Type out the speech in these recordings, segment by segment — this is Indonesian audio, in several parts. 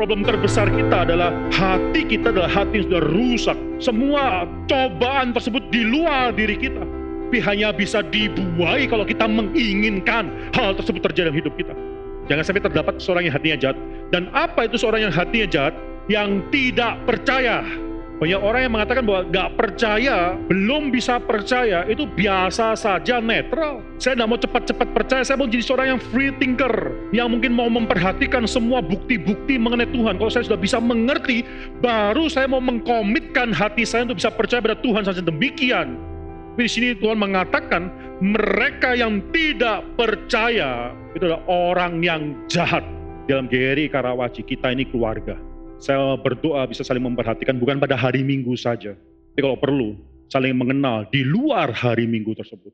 problem terbesar kita adalah hati kita adalah hati yang sudah rusak. Semua cobaan tersebut di luar diri kita. Tapi hanya bisa dibuai kalau kita menginginkan hal tersebut terjadi dalam hidup kita. Jangan sampai terdapat seorang yang hatinya jahat. Dan apa itu seorang yang hatinya jahat? Yang tidak percaya. Banyak orang yang mengatakan bahwa gak percaya, belum bisa percaya, itu biasa saja, netral. Saya gak mau cepat-cepat percaya, saya mau jadi seorang yang free thinker, yang mungkin mau memperhatikan semua bukti-bukti mengenai Tuhan. Kalau saya sudah bisa mengerti, baru saya mau mengkomitkan hati saya untuk bisa percaya pada Tuhan saja. Demikian. Tapi di sini Tuhan mengatakan, mereka yang tidak percaya, itu adalah orang yang jahat. Dalam GRI Karawaci, kita ini keluarga. Saya berdoa bisa saling memperhatikan bukan pada hari Minggu saja. Tapi kalau perlu, saling mengenal di luar hari Minggu tersebut.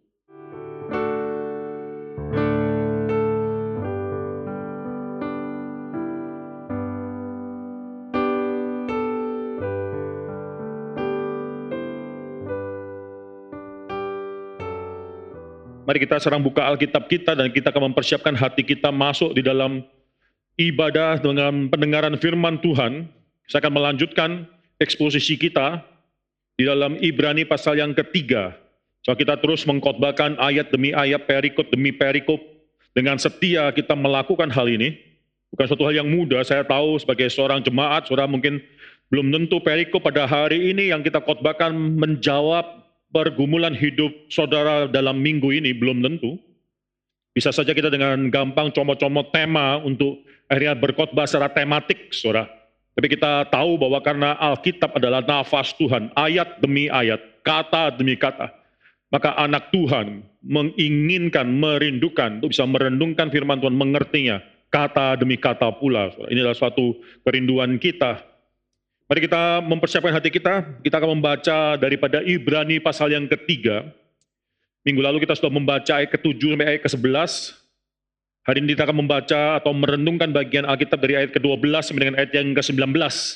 Mari kita sekarang buka Alkitab kita dan kita akan mempersiapkan hati kita masuk di dalam ibadah dengan pendengaran firman Tuhan. Saya akan melanjutkan eksposisi kita di dalam Ibrani pasal yang ketiga. So, kita terus mengkhotbahkan ayat demi ayat, perikop demi perikop. Dengan setia kita melakukan hal ini. Bukan suatu hal yang mudah, saya tahu sebagai seorang jemaat, saudara mungkin belum tentu perikop pada hari ini yang kita khotbahkan menjawab pergumulan hidup saudara dalam minggu ini, belum tentu. Bisa saja kita dengan gampang comot-comot tema untuk akhirnya berkhotbah secara tematik, saudara. Tapi kita tahu bahwa karena Alkitab adalah nafas Tuhan, ayat demi ayat, kata demi kata, maka anak Tuhan menginginkan, merindukan untuk bisa merenungkan firman Tuhan, mengertinya, kata demi kata pula. Saudara. Ini adalah suatu kerinduan kita. Mari kita mempersiapkan hati kita akan membaca daripada Ibrani pasal yang ketiga. Minggu lalu kita sudah membaca ayat ke-7 sampai ayat ke-11. Hari ini kita akan membaca atau merenungkan bagian Alkitab dari ayat ke-12 sampai dengan ayat yang ke-19.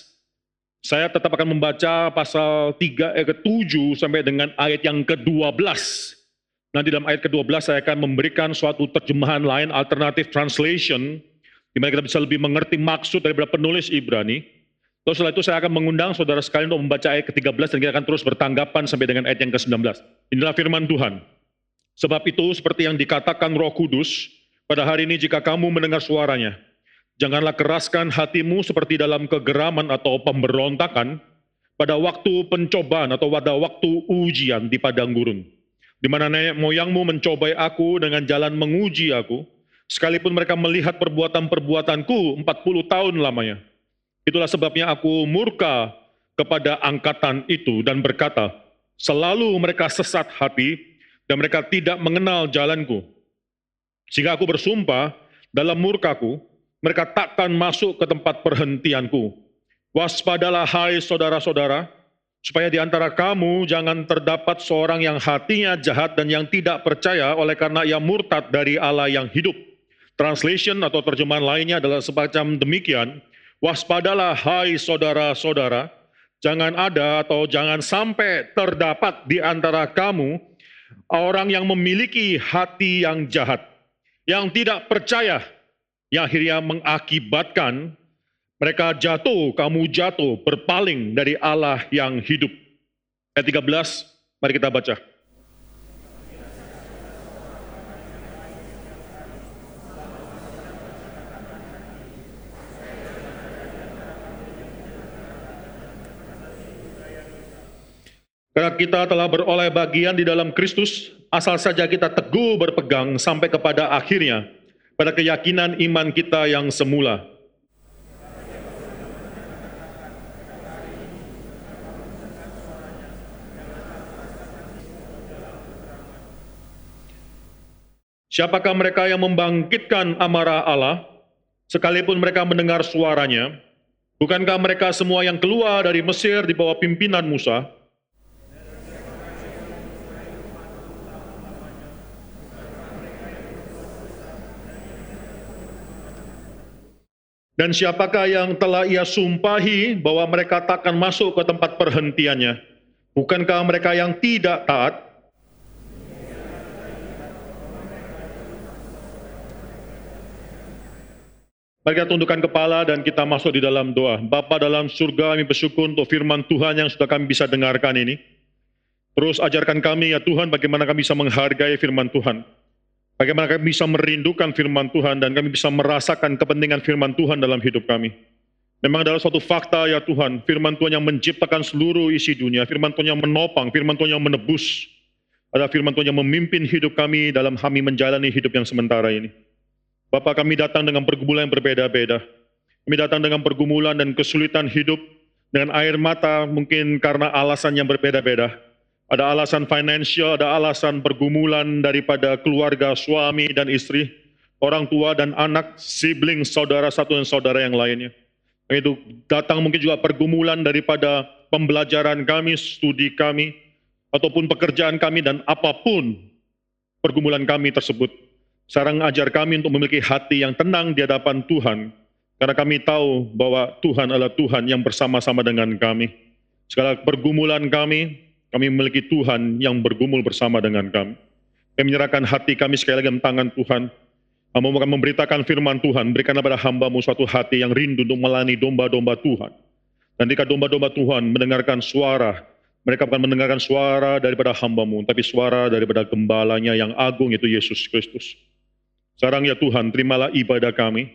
Saya tetap akan membaca pasal 3 ayat ke-7 sampai dengan ayat yang ke-12. Nanti dalam ayat ke-12 saya akan memberikan suatu terjemahan lain, alternative translation, di mana kita bisa lebih mengerti maksud daripada penulis Ibrani. Terus setelah itu saya akan mengundang saudara sekalian untuk membaca ayat ke-13 dan kita akan terus bertanggapan sampai dengan ayat yang ke-19. Inilah firman Tuhan. Sebab itu seperti yang dikatakan Roh Kudus, pada hari ini jika kamu mendengar suaranya, janganlah keraskan hatimu seperti dalam kegeraman atau pemberontakan pada waktu pencobaan atau pada waktu ujian di padang gurun. Di mana nenek moyangmu mencobai aku dengan jalan menguji aku, sekalipun mereka melihat perbuatan-perbuatanku 40 tahun lamanya. Itulah sebabnya aku murka kepada angkatan itu dan berkata, selalu mereka sesat hati dan mereka tidak mengenal jalanku. Sehingga aku bersumpah dalam murkaku, mereka takkan masuk ke tempat perhentianku. Waspadalah hai saudara-saudara, supaya di antara kamu jangan terdapat seorang yang hatinya jahat dan yang tidak percaya oleh karena ia murtad dari Allah yang hidup. Translation atau terjemahan lainnya adalah semacam demikian. Waspadalah hai saudara-saudara, jangan ada atau jangan sampai terdapat di antara kamu orang yang memiliki hati yang jahat, yang tidak percaya, yang akhirnya mengakibatkan mereka jatuh, kamu jatuh, berpaling dari Allah yang hidup. Ayat 13, mari kita baca. Karena kita telah beroleh bagian di dalam Kristus, asal saja kita teguh berpegang sampai kepada akhirnya, pada keyakinan iman kita yang semula. Siapakah mereka yang membangkitkan amarah Allah, sekalipun mereka mendengar suaranya? Bukankah mereka semua yang keluar dari Mesir di bawah pimpinan Musa? Dan siapakah yang telah ia sumpahi bahwa mereka takkan masuk ke tempat perhentiannya? Bukankah mereka yang tidak taat? Mari kita tundukkan kepala dan kita masuk di dalam doa. Bapa dalam surga, kami bersyukur untuk firman Tuhan yang sudah kami bisa dengarkan ini. Terus ajarkan kami ya Tuhan bagaimana kami bisa menghargai firman Tuhan. Bagaimana kami bisa merindukan firman Tuhan dan kami bisa merasakan kepentingan firman Tuhan dalam hidup kami. Memang adalah suatu fakta ya Tuhan, firman Tuhan yang menciptakan seluruh isi dunia, firman Tuhan yang menopang, firman Tuhan yang menebus. Adalah firman Tuhan yang memimpin hidup kami dalam kami menjalani hidup yang sementara ini. Bapa, kami datang dengan pergumulan yang berbeda-beda. Kami datang dengan pergumulan dan kesulitan hidup, dengan air mata mungkin karena alasan yang berbeda-beda. Ada alasan finansial, ada alasan pergumulan daripada keluarga, suami dan istri, orang tua dan anak, sibling, saudara satu dan saudara yang lainnya. Itu datang mungkin juga pergumulan daripada pembelajaran kami, studi kami, ataupun pekerjaan kami dan apapun pergumulan kami tersebut. Sekarang ajar kami untuk memiliki hati yang tenang di hadapan Tuhan, karena kami tahu bahwa Tuhan adalah Tuhan yang bersama-sama dengan kami. Segala pergumulan kami memiliki Tuhan yang bergumul bersama dengan kami. Kami menyerahkan hati kami sekali lagi dalam tangan Tuhan. Kami akan memberitakan firman Tuhan, berikan kepada hamba-Mu suatu hati yang rindu untuk melayani domba-domba Tuhan. Dan jika domba-domba Tuhan mendengarkan suara, mereka akan mendengarkan suara daripada hamba-Mu, tapi suara daripada gembalanya yang agung, yaitu Yesus Kristus. Sekarang ya Tuhan, terimalah ibadah kami.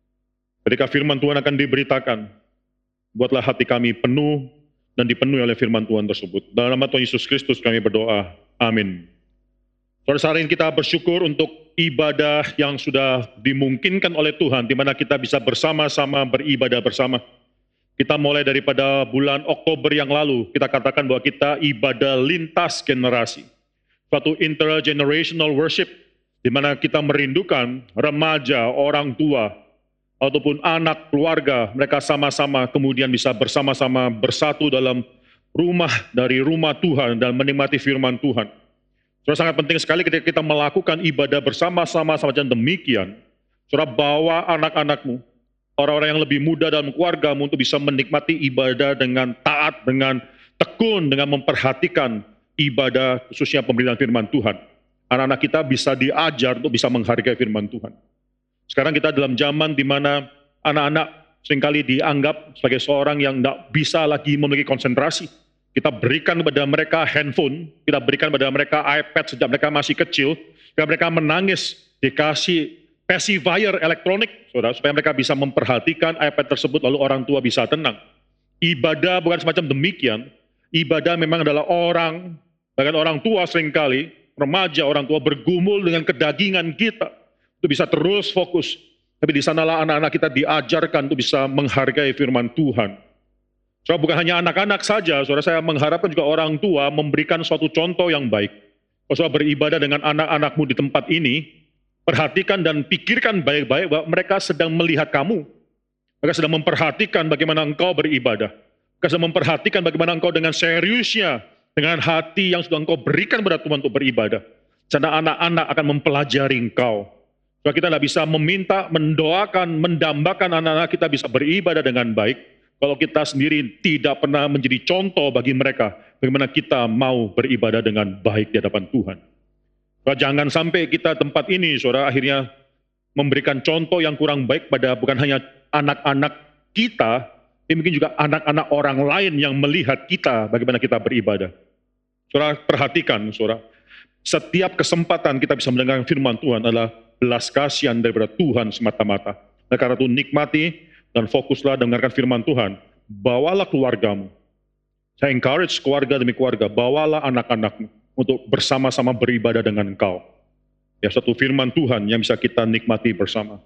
Ketika firman Tuhan akan diberitakan, buatlah hati kami penuh dan dipenuhi oleh firman Tuhan tersebut. Dalam nama Tuhan Yesus Kristus kami berdoa. Amin. Saudara, hari ini kita bersyukur untuk ibadah yang sudah dimungkinkan oleh Tuhan, di mana kita bisa bersama-sama beribadah bersama. Kita mulai daripada bulan Oktober yang lalu, kita katakan bahwa kita ibadah lintas generasi. Suatu intergenerational worship, di mana kita merindukan remaja, orang tua, ataupun anak, keluarga, mereka sama-sama kemudian bisa bersama-sama bersatu dalam rumah dari rumah Tuhan dan menikmati firman Tuhan. Saudara, sangat penting sekali ketika kita melakukan ibadah bersama-sama semacam demikian. Saudara, bawa anak-anakmu, orang-orang yang lebih muda dalam keluargamu untuk bisa menikmati ibadah dengan taat, dengan tekun, dengan memperhatikan ibadah khususnya pemberitaan firman Tuhan. Anak-anak kita bisa diajar untuk bisa menghargai firman Tuhan. Sekarang kita dalam zaman di mana anak-anak seringkali dianggap sebagai seorang yang tidak bisa lagi memiliki konsentrasi. Kita berikan kepada mereka handphone, kita berikan kepada mereka iPad sejak mereka masih kecil, supaya mereka menangis, dikasih pacifier elektronik, saudara, supaya mereka bisa memperhatikan iPad tersebut, lalu orang tua bisa tenang. Ibadah bukan semacam demikian, ibadah memang adalah orang, bahkan orang tua seringkali, remaja, orang tua bergumul dengan kedagingan kita, untuk bisa terus fokus. Tapi di sanalah anak-anak kita diajarkan untuk bisa menghargai firman Tuhan. Saudara, bukan hanya anak-anak saja, saudara, saya mengharapkan juga orang tua memberikan suatu contoh yang baik. Kalau saudara beribadah dengan anak-anakmu di tempat ini, perhatikan dan pikirkan baik-baik bahwa mereka sedang melihat kamu. Mereka sedang memperhatikan bagaimana engkau beribadah. Mereka sedang memperhatikan bagaimana engkau dengan seriusnya, dengan hati yang sudah engkau berikan kepada Tuhan untuk beribadah. Karena anak-anak akan mempelajari engkau. Saudara, kita tidak bisa meminta, mendoakan, mendambakan anak-anak kita bisa beribadah dengan baik, kalau kita sendiri tidak pernah menjadi contoh bagi mereka, bagaimana kita mau beribadah dengan baik di hadapan Tuhan. Saudara, jangan sampai kita tempat ini, saudara, akhirnya memberikan contoh yang kurang baik pada bukan hanya anak-anak kita, tapi mungkin juga anak-anak orang lain yang melihat kita, bagaimana kita beribadah. Saudara, perhatikan, saudara, setiap kesempatan kita bisa mendengarkan firman Tuhan adalah belas kasihan daripada Tuhan semata-mata. Nah, karena itu nikmati dan fokuslah dengarkan firman Tuhan. Bawalah keluargamu. Saya encourage keluarga demi keluarga, bawalah anak-anakmu untuk bersama-sama beribadah dengan engkau. Ya, satu firman Tuhan yang bisa kita nikmati bersama.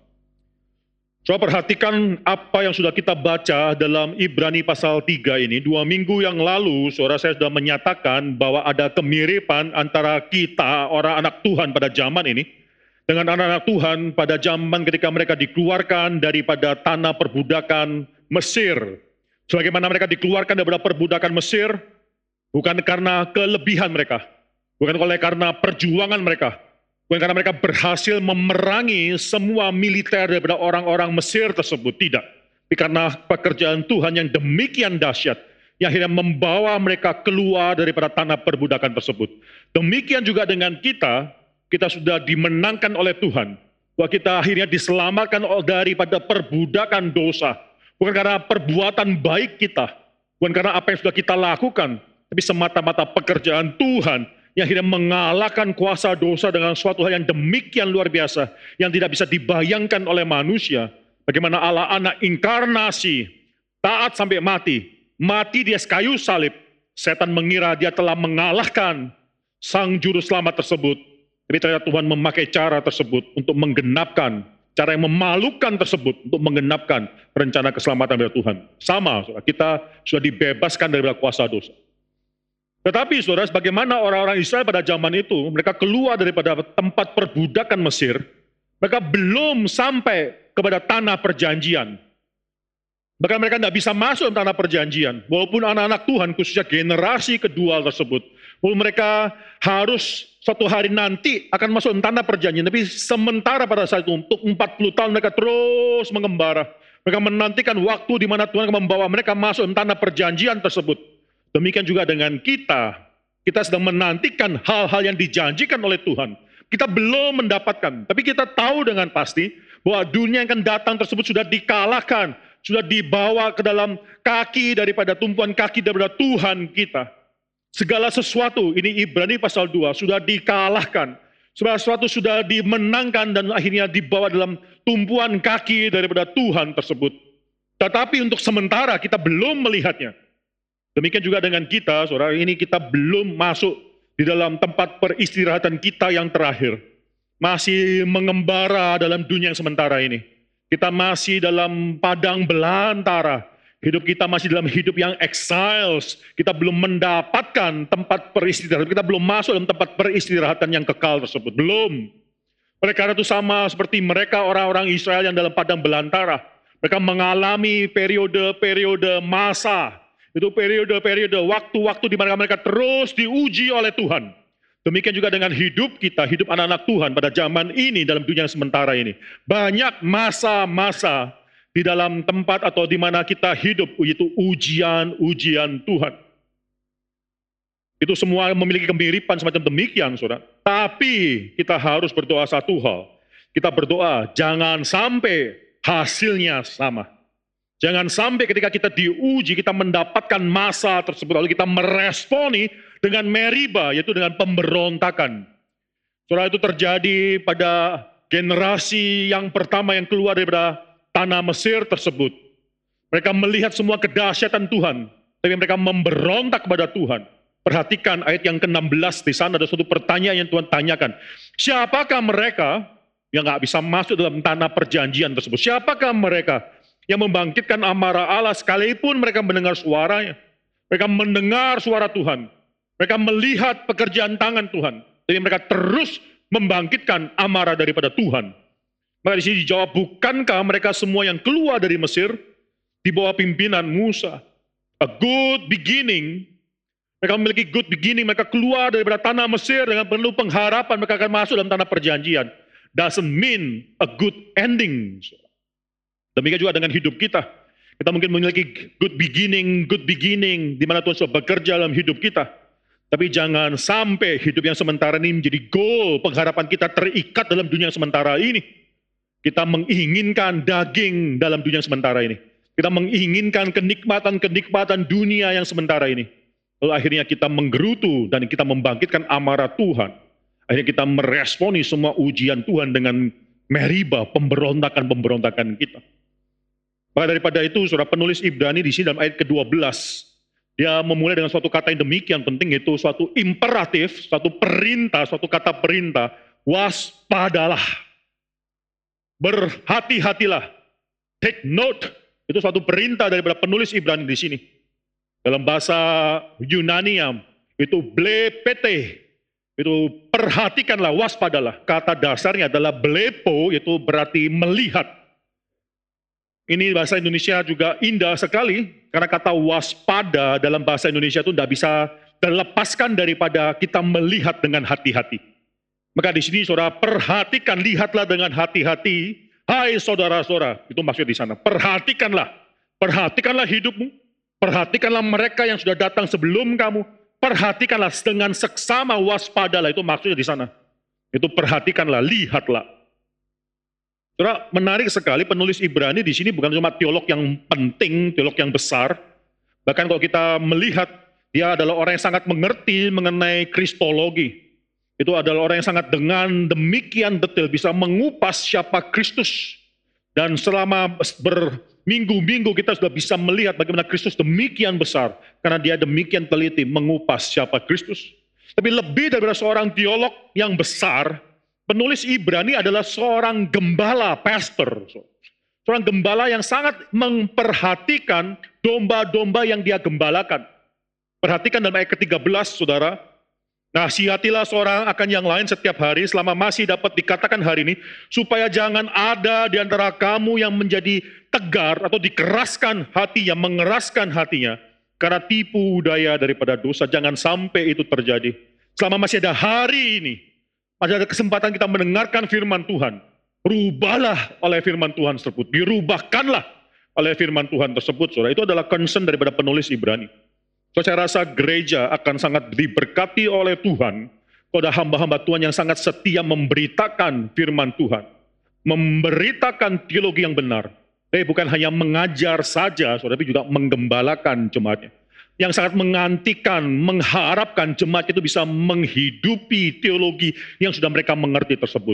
Coba perhatikan apa yang sudah kita baca dalam Ibrani pasal 3 ini. 2 minggu yang lalu, saudara, saya sudah menyatakan bahwa ada kemiripan antara kita, orang anak Tuhan pada zaman ini, dengan anak-anak Tuhan pada zaman ketika mereka dikeluarkan daripada tanah perbudakan Mesir. Sebagaimana mereka dikeluarkan daripada perbudakan Mesir, bukan karena kelebihan mereka, bukan oleh karena perjuangan mereka, bukan karena mereka berhasil memerangi semua militer daripada orang-orang Mesir tersebut, tidak. Tapi karena pekerjaan Tuhan yang demikian dahsyat, yang akhirnya membawa mereka keluar daripada tanah perbudakan tersebut. Demikian juga dengan kita sudah dimenangkan oleh Tuhan. Bahwa kita akhirnya diselamatkan daripada perbudakan dosa. Bukan karena perbuatan baik kita, bukan karena apa yang sudah kita lakukan, tapi semata-mata pekerjaan Tuhan yang akhirnya mengalahkan kuasa dosa dengan suatu hal yang demikian luar biasa, yang tidak bisa dibayangkan oleh manusia. Bagaimana Allah anak inkarnasi, taat sampai mati di atas kayu salib. Setan mengira dia telah mengalahkan sang juru selamat tersebut. Tapi ternyata Tuhan memakai cara tersebut untuk menggenapkan, cara yang memalukan tersebut untuk menggenapkan rencana keselamatan dari Tuhan. Sama, saudara, kita sudah dibebaskan dari kuasa dosa. Tetapi saudara, bagaimana orang-orang Israel pada zaman itu, mereka keluar daripada tempat perbudakan Mesir, mereka belum sampai kepada tanah perjanjian. Bahkan mereka tidak bisa masuk ke tanah perjanjian, walaupun anak-anak Tuhan, khususnya generasi kedua tersebut, walaupun mereka harus suatu hari nanti akan masuk ke tanah perjanjian, tapi sementara pada saat itu untuk 40 tahun mereka terus mengembara. Mereka menantikan waktu di mana Tuhan akan membawa mereka masuk ke tanah perjanjian tersebut. Demikian juga dengan kita. Kita sedang menantikan hal-hal yang dijanjikan oleh Tuhan. Kita belum mendapatkan, tapi kita tahu dengan pasti bahwa dunia yang akan datang tersebut sudah dikalahkan, sudah dibawa ke dalam kaki daripada tumpuan kaki daripada Tuhan kita. Segala sesuatu, ini Ibrani pasal 2, sudah dikalahkan. Segala sesuatu sudah dimenangkan dan akhirnya dibawa dalam tumpuan kaki daripada Tuhan tersebut. Tetapi untuk sementara kita belum melihatnya. Demikian juga dengan kita, saudara, ini kita belum masuk di dalam tempat peristirahatan kita yang terakhir. Masih mengembara dalam dunia yang sementara ini. Kita masih dalam padang belantara. Hidup kita masih dalam hidup yang exiles. Kita belum mendapatkan tempat peristirahatan. Kita belum masuk dalam tempat peristirahatan yang kekal tersebut. Belum. Oleh karena itu sama seperti mereka orang-orang Israel yang dalam padang belantara. Mereka mengalami periode-periode masa. Itu periode-periode waktu-waktu di mana mereka terus diuji oleh Tuhan. Demikian juga dengan hidup kita, hidup anak-anak Tuhan pada zaman ini, dalam dunia yang sementara ini. Banyak masa-masa di dalam tempat atau di mana kita hidup, yaitu ujian-ujian Tuhan. Itu semua memiliki kemiripan semacam demikian, saudara. Tapi kita harus berdoa satu hal. Kita berdoa, jangan sampai hasilnya sama. Jangan sampai ketika kita diuji, kita mendapatkan masa tersebut, lalu kita meresponi dengan meriba, yaitu dengan pemberontakan. Saudara, itu terjadi pada generasi yang pertama yang keluar daripada tanah Mesir tersebut. Mereka melihat semua kedahsyatan Tuhan, tapi mereka memberontak kepada Tuhan. Perhatikan ayat yang ke-16, di sana ada suatu pertanyaan yang Tuhan tanyakan. Siapakah mereka yang nggak bisa masuk dalam tanah perjanjian tersebut? Siapakah mereka yang membangkitkan amarah Allah sekalipun mereka mendengar suaranya? Mereka mendengar suara Tuhan. Mereka melihat pekerjaan tangan Tuhan. Jadi mereka terus membangkitkan amarah daripada Tuhan. Maka di sini dijawab, bukankah mereka semua yang keluar dari Mesir di bawah pimpinan Musa? A good beginning. Mereka memiliki good beginning. Mereka keluar daripada tanah Mesir dengan penuh pengharapan mereka akan masuk dalam tanah perjanjian. Doesn't mean a good ending. Demikian juga dengan hidup kita. Kita mungkin memiliki good beginning, di mana Tuhan sudah bekerja dalam hidup kita. Tapi jangan sampai hidup yang sementara ini menjadi goal, pengharapan kita terikat dalam dunia yang sementara ini. Kita menginginkan daging dalam dunia yang sementara ini. Kita menginginkan kenikmatan-kenikmatan dunia yang sementara ini. Lalu akhirnya kita menggerutu dan kita membangkitkan amarah Tuhan. Akhirnya kita meresponi semua ujian Tuhan dengan meriba, pemberontakan kita. Maka daripada itu, saudara, penulis Ibrani di sini dalam ayat ke-12, dia memulai dengan suatu kata yang demikian penting, yaitu suatu imperatif, suatu perintah, suatu kata perintah, waspadalah, berhati-hatilah, take note. Itu suatu perintah daripada penulis Ibrani di sini. Dalam bahasa Yunani itu blepete, itu perhatikanlah, waspadalah. Kata dasarnya adalah blepo, yaitu berarti melihat. Ini bahasa Indonesia juga indah sekali, karena kata waspada dalam bahasa Indonesia itu tidak bisa terlepaskan daripada kita melihat dengan hati-hati. Maka di sini saudara, perhatikan, lihatlah dengan hati-hati. Hai saudara-saudara, itu maksudnya di sana. Perhatikanlah hidupmu, perhatikanlah mereka yang sudah datang sebelum kamu, perhatikanlah dengan seksama, waspadalah, itu maksudnya di sana. Itu perhatikanlah, lihatlah. Saudara, menarik sekali penulis Ibrani di sini bukan cuma teolog yang penting, teolog yang besar. Bahkan kalau kita melihat, dia adalah orang yang sangat mengerti mengenai kristologi. Itu adalah orang yang sangat dengan demikian detail bisa mengupas siapa Kristus. Dan selama berminggu-minggu kita sudah bisa melihat bagaimana Kristus demikian besar. Karena dia demikian teliti mengupas siapa Kristus. Tapi lebih daripada seorang teolog yang besar, penulis Ibrani adalah seorang gembala, pastor. Seorang gembala yang sangat memperhatikan domba-domba yang dia gembalakan. Perhatikan dalam ayat ke-13, saudara. Nasihatilah seorang akan yang lain setiap hari selama masih dapat dikatakan hari ini, supaya jangan ada di antara kamu yang menjadi tegar atau dikeraskan hatinya, mengeraskan hatinya, karena tipu daya daripada dosa. Jangan sampai itu terjadi. Selama masih ada hari ini, masih ada kesempatan kita mendengarkan firman Tuhan, rubahlah oleh firman Tuhan tersebut, dirubahkanlah oleh firman Tuhan tersebut, saudara. Itu adalah concern daripada penulis Ibrani. So, saya rasa gereja akan sangat diberkati oleh Tuhan kalau ada hamba-hamba Tuhan yang sangat setia memberitakan firman Tuhan, memberitakan teologi yang benar. Bukan hanya mengajar saja, saudara, tapi juga menggembalakan jemaatnya. Yang sangat mengantikan, mengharapkan jemaat itu bisa menghidupi teologi yang sudah mereka mengerti tersebut.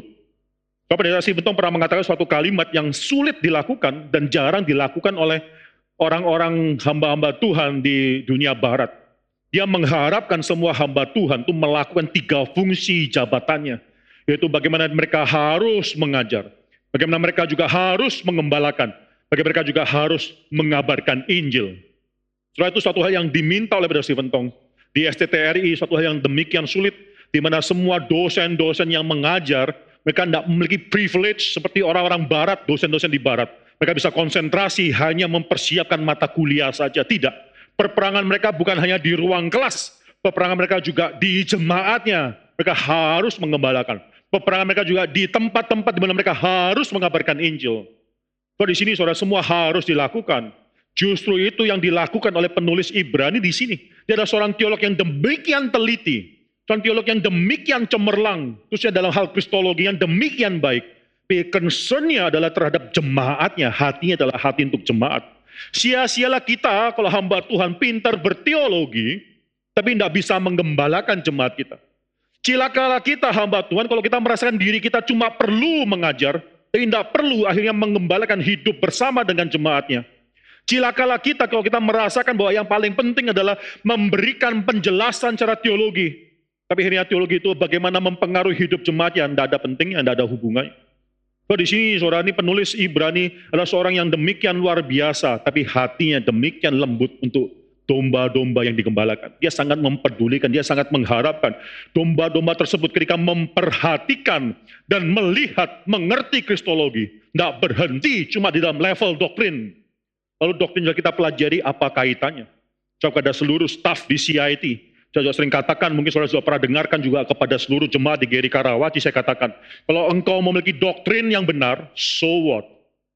Bapak Pendeta Sibentong pernah mengatakan suatu kalimat yang sulit dilakukan dan jarang dilakukan oleh orang-orang hamba-hamba Tuhan di dunia barat. Dia mengharapkan semua hamba Tuhan itu melakukan 3 fungsi jabatannya. Yaitu bagaimana mereka harus mengajar, bagaimana mereka juga harus mengembalakan, bagaimana mereka juga harus mengabarkan Injil. Setelah itu suatu hal yang diminta oleh Pendeta Sibentong. Di STTRI suatu hal yang demikian sulit, di mana semua dosen-dosen yang mengajar, mereka tidak memiliki privilege seperti orang-orang barat, dosen-dosen di barat. Mereka bisa konsentrasi hanya mempersiapkan mata kuliah saja. Tidak. Peperangan mereka bukan hanya di ruang kelas. Peperangan mereka juga di jemaatnya. Mereka harus mengembalakan. Peperangan mereka juga di tempat-tempat di mana mereka harus mengabarkan Injil. So, di sini saudara, semua harus dilakukan. Justru itu yang dilakukan oleh penulis Ibrani di sini. Dia adalah seorang teolog yang demikian teliti. Seorang teolog yang demikian cemerlang. Khususnya dalam hal kristologi yang demikian baik. Concern-nya adalah terhadap jemaatnya, hatinya adalah hati untuk jemaat. Sia-sialah kita kalau hamba Tuhan pintar berteologi, tapi tidak bisa menggembalakan jemaat kita. Cilakalah kita hamba Tuhan kalau kita merasakan diri kita cuma perlu mengajar, tapi tidak perlu akhirnya mengembalakan hidup bersama dengan jemaatnya. Cilakalah kita kalau kita merasakan bahwa yang paling penting adalah memberikan penjelasan secara teologi, tapi akhirnya teologi itu bagaimana mempengaruhi hidup jemaatnya, tidak ada pentingnya, tidak ada hubungannya. So, di sini saudara, ini penulis Ibrani adalah seorang yang demikian luar biasa, tapi hatinya demikian lembut untuk domba-domba yang digembalakan. Dia sangat mempedulikan, dia sangat mengharapkan domba-domba tersebut ketika memperhatikan dan melihat, mengerti kristologi, tidak berhenti cuma di dalam level doktrin. Lalu doktrin yang kita pelajari apa kaitannya? Coba kepada seluruh staf di CIT. Saya sering katakan, mungkin saudara sudah pernah dengarkan juga kepada seluruh jemaat di GRI Karawaci, saya katakan, kalau engkau memiliki doktrin yang benar, so what?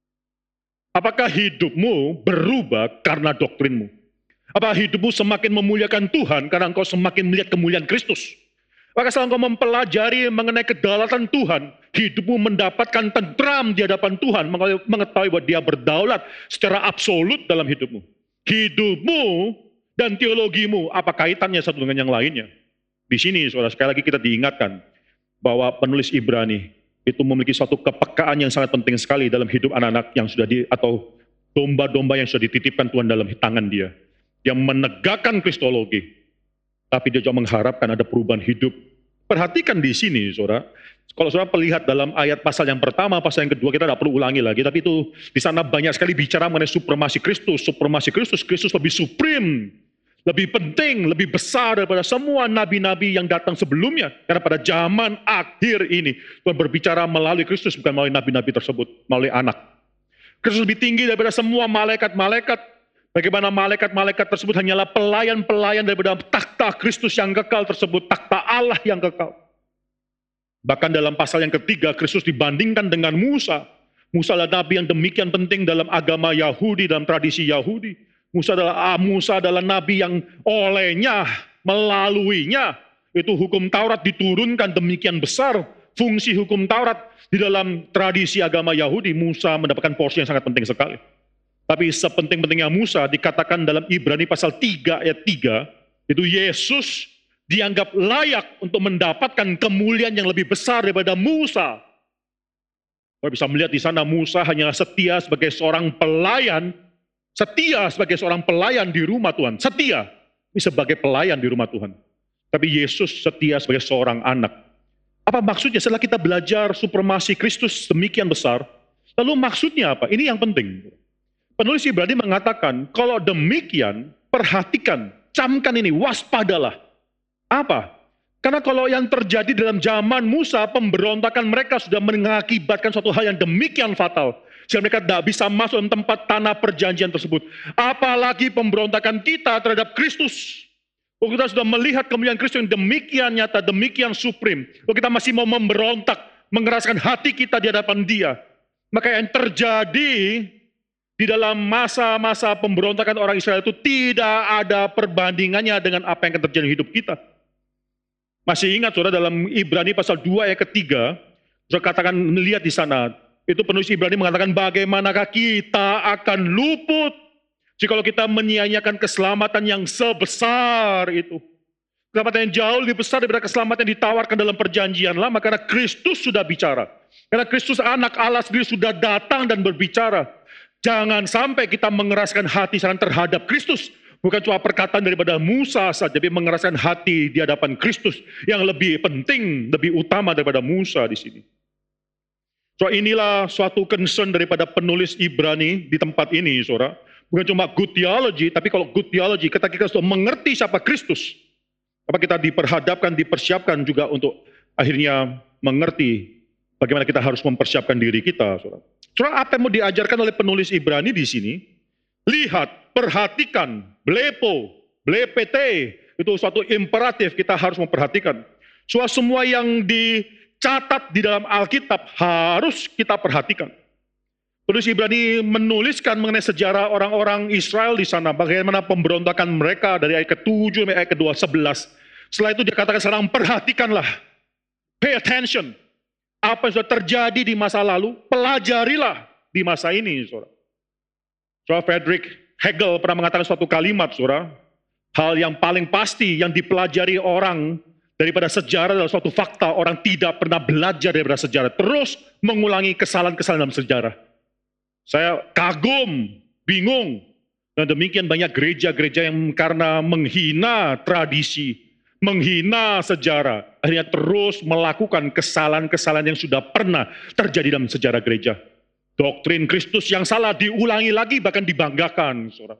Apakah hidupmu berubah karena doktrinmu? Apakah hidupmu semakin memuliakan Tuhan karena engkau semakin melihat kemuliaan Kristus? Apakah setelah engkau mempelajari mengenai kedaulatan Tuhan, hidupmu mendapatkan tentram di hadapan Tuhan, mengetahui bahwa dia berdaulat secara absolut dalam hidupmu? Hidupmu dan teologimu, apa kaitannya satu dengan yang lainnya? Di sini, saudara, sekali lagi kita diingatkan bahwa penulis Ibrani itu memiliki suatu kepekaan yang sangat penting sekali dalam hidup anak-anak yang sudah atau domba-domba yang sudah dititipkan Tuhan dalam tangan dia. Dia menegakkan kristologi, tapi dia juga mengharapkan ada perubahan hidup. Perhatikan di sini, saudara. Kalau saudara melihat dalam ayat pasal yang pertama, pasal yang kedua, kita tidak perlu ulangi lagi, tapi itu di sana banyak sekali bicara mengenai supremasi Kristus. Supremasi Kristus, Kristus lebih supreme, lebih penting, lebih besar daripada semua nabi-nabi yang datang sebelumnya. Karena pada zaman akhir ini, Tuhan berbicara melalui Kristus, bukan melalui nabi-nabi tersebut, melalui anak. Kristus lebih tinggi daripada semua malaikat-malaikat. Bagaimana malaikat-malaikat tersebut hanyalah pelayan-pelayan daripada takhta Kristus yang kekal tersebut, takhta Allah yang kekal. Bahkan dalam pasal yang ketiga, Kristus dibandingkan dengan Musa. Musa adalah nabi yang demikian penting dalam agama Yahudi, dalam tradisi Yahudi. Musa adalah nabi yang olehnya, melaluinya, itu hukum Taurat diturunkan demikian besar, fungsi hukum Taurat. Di dalam tradisi agama Yahudi, Musa mendapatkan porsi yang sangat penting sekali. Tapi sepenting-pentingnya Musa dikatakan dalam Ibrani pasal 3 ayat 3, itu Yesus dianggap layak untuk mendapatkan kemuliaan yang lebih besar daripada Musa. Kita bisa melihat di sana Musa hanya setia sebagai seorang pelayan, di rumah Tuhan, setia sebagai pelayan di rumah Tuhan. Tapi Yesus setia sebagai seorang anak. Apa maksudnya setelah kita belajar supremasi Kristus demikian besar, lalu maksudnya apa? Ini yang penting. Penulis Ibrani mengatakan, kalau demikian, perhatikan, camkan ini, waspadalah. Apa? Karena kalau yang terjadi dalam zaman Musa, pemberontakan mereka sudah mengakibatkan suatu hal yang demikian fatal. Sehingga mereka tidak bisa masuk dalam tempat tanah perjanjian tersebut. Apalagi pemberontakan kita terhadap Kristus. Oh, kita sudah melihat kemuliaan Kristus yang demikian nyata, demikian supreme. Oh, kita masih mau memberontak, mengeraskan hati kita di hadapan Dia. Maka yang terjadi di dalam masa-masa pemberontakan orang Israel itu tidak ada perbandingannya dengan apa yang akan terjadi di hidup kita. Masih ingat saudara dalam Ibrani pasal 2 ayat ketiga, saudara katakan melihat di sana, itu penulis Ibrani mengatakan bagaimanakah kita akan luput jikalau kita menyia-nyiakan keselamatan yang sebesar itu. Keselamatan yang jauh lebih besar daripada keselamatan yang ditawarkan dalam perjanjian lama, karena Kristus sudah bicara. Karena Kristus anak Allah sendiri sudah datang dan berbicara. Jangan sampai kita mengeraskan hati terhadap Kristus. Bukan cuma perkataan daripada Musa saja, tapi mengeraskan hati di hadapan Kristus yang lebih penting, lebih utama daripada Musa di sini. So inilah suatu concern daripada penulis Ibrani di tempat ini, saudara. Bukan cuma good theology, tapi kalau good theology, ketika kita sudah mengerti siapa Kristus, apa kita diperhadapkan, dipersiapkan juga untuk akhirnya mengerti bagaimana kita harus mempersiapkan diri kita, saudara. Saudara, apa yang mau diajarkan oleh penulis Ibrani di sini? Lihat, perhatikan, blepete, itu suatu imperatif kita harus memperhatikan. Semua yang dicatat di dalam Alkitab harus kita perhatikan. Penulis Ibrani menuliskan mengenai sejarah orang-orang Israel di sana, bagaimana pemberontakan mereka dari ayat ke-7 sampai ayat ke-11. Setelah itu dia katakan sekarang perhatikanlah, pay attention. Apa yang sudah terjadi di masa lalu, pelajarilah di masa ini, saudara. Saudara Friedrich Hegel pernah mengatakan suatu kalimat, saudara. Hal yang paling pasti yang dipelajari orang daripada sejarah adalah suatu fakta, orang tidak pernah belajar daripada sejarah. Terus mengulangi kesalahan-kesalahan dalam sejarah. Saya kagum, bingung. Dan demikian banyak gereja-gereja yang karena menghina tradisi, menghina sejarah, akhirnya terus melakukan kesalahan-kesalahan yang sudah pernah terjadi dalam sejarah gereja. Doktrin Kristus yang salah diulangi lagi, bahkan dibanggakan, saudara.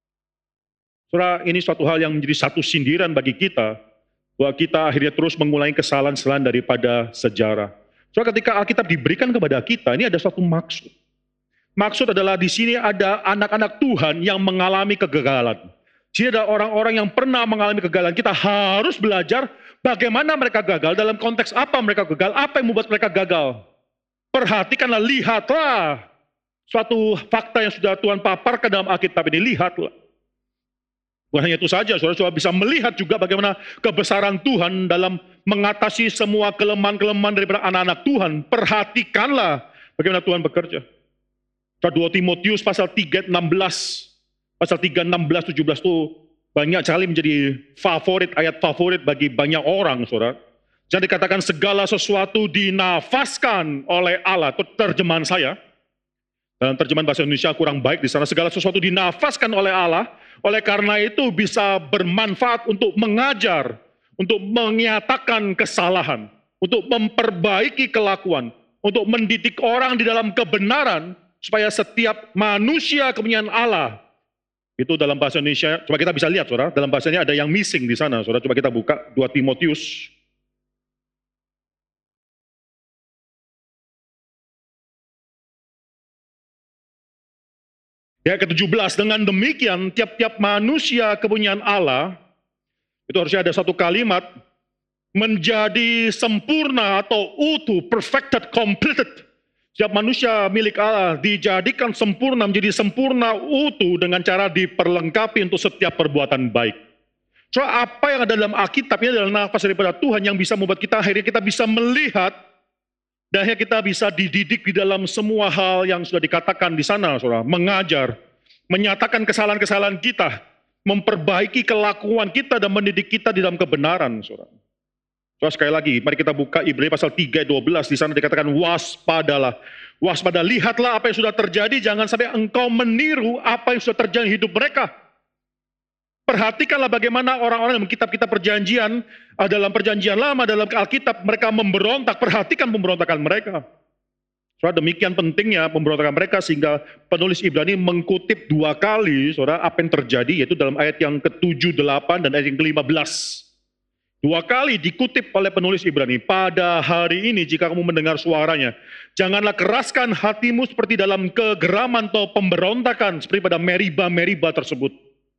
Saudara, ini suatu hal yang menjadi satu sindiran bagi kita, bahwa kita akhirnya terus mengulangi kesalahan-kesalahan daripada sejarah. Saudara, ketika Alkitab diberikan kepada kita, ini ada suatu maksud. Maksud adalah di sini ada anak-anak Tuhan yang mengalami kegagalan. Di sini ada orang-orang yang pernah mengalami kegagalan. Kita harus belajar bagaimana mereka gagal, dalam konteks apa mereka gagal, apa yang membuat mereka gagal. Perhatikanlah, lihatlah suatu fakta yang sudah Tuhan paparkan dalam Alkitab ini, lihatlah. Bukan hanya itu saja, saudara bisa melihat juga bagaimana kebesaran Tuhan dalam mengatasi semua kelemahan-kelemahan daripada anak-anak Tuhan. Perhatikanlah bagaimana Tuhan bekerja. 2 Timotius pasal 3, 16, pasal 3, 16, 17 itu banyak sekali menjadi ayat favorit bagi banyak orang, saudara. Jadi dikatakan segala sesuatu dinafaskan oleh Allah, itu terjemahan saya. Dalam terjemahan bahasa Indonesia kurang baik di sana, segala sesuatu dinafaskan oleh Allah, oleh karena itu bisa bermanfaat untuk mengajar, untuk menyatakan kesalahan, untuk memperbaiki kelakuan, untuk mendidik orang di dalam kebenaran, supaya setiap manusia kepunyaan Allah, itu dalam bahasa Indonesia, coba kita bisa lihat, saudara, dalam bahasanya ada yang missing di sana, saudara, coba kita buka 2 Timotius. Ya, ke-17, dengan demikian tiap-tiap manusia kepunyaan Allah, itu harusnya ada satu kalimat, menjadi sempurna atau utuh, perfected, completed. Setiap manusia milik Allah dijadikan sempurna, menjadi sempurna, utuh dengan cara diperlengkapi untuk setiap perbuatan baik. Apa yang ada dalam Alkitab ini adalah nafas daripada Tuhan yang bisa membuat kita akhirnya kita bisa melihat Dan akhirnya kita bisa dididik di dalam semua hal yang sudah dikatakan di sana, saudara. Mengajar, menyatakan kesalahan-kesalahan kita, memperbaiki kelakuan kita dan mendidik kita di dalam kebenaran, saudara. Saudara, sekali lagi, mari kita buka Ibrani pasal 3 ayat 12, di sana dikatakan waspadalah. Waspada, lihatlah apa yang sudah terjadi, jangan sampai engkau meniru apa yang sudah terjadi di hidup mereka. Perhatikanlah bagaimana orang-orang dalam kitab-kitab perjanjian, dalam perjanjian lama, dalam Alkitab, mereka memberontak. Perhatikan pemberontakan mereka. Saudara, demikian pentingnya pemberontakan mereka sehingga penulis Ibrani mengutip 2 kali, saudara, apa yang terjadi, yaitu dalam ayat yang ke-7, 8, dan ayat yang ke-15. 2 kali dikutip oleh penulis Ibrani, pada hari ini jika kamu mendengar suaranya, janganlah keraskan hatimu seperti dalam kegeraman atau pemberontakan, seperti pada Meriba tersebut.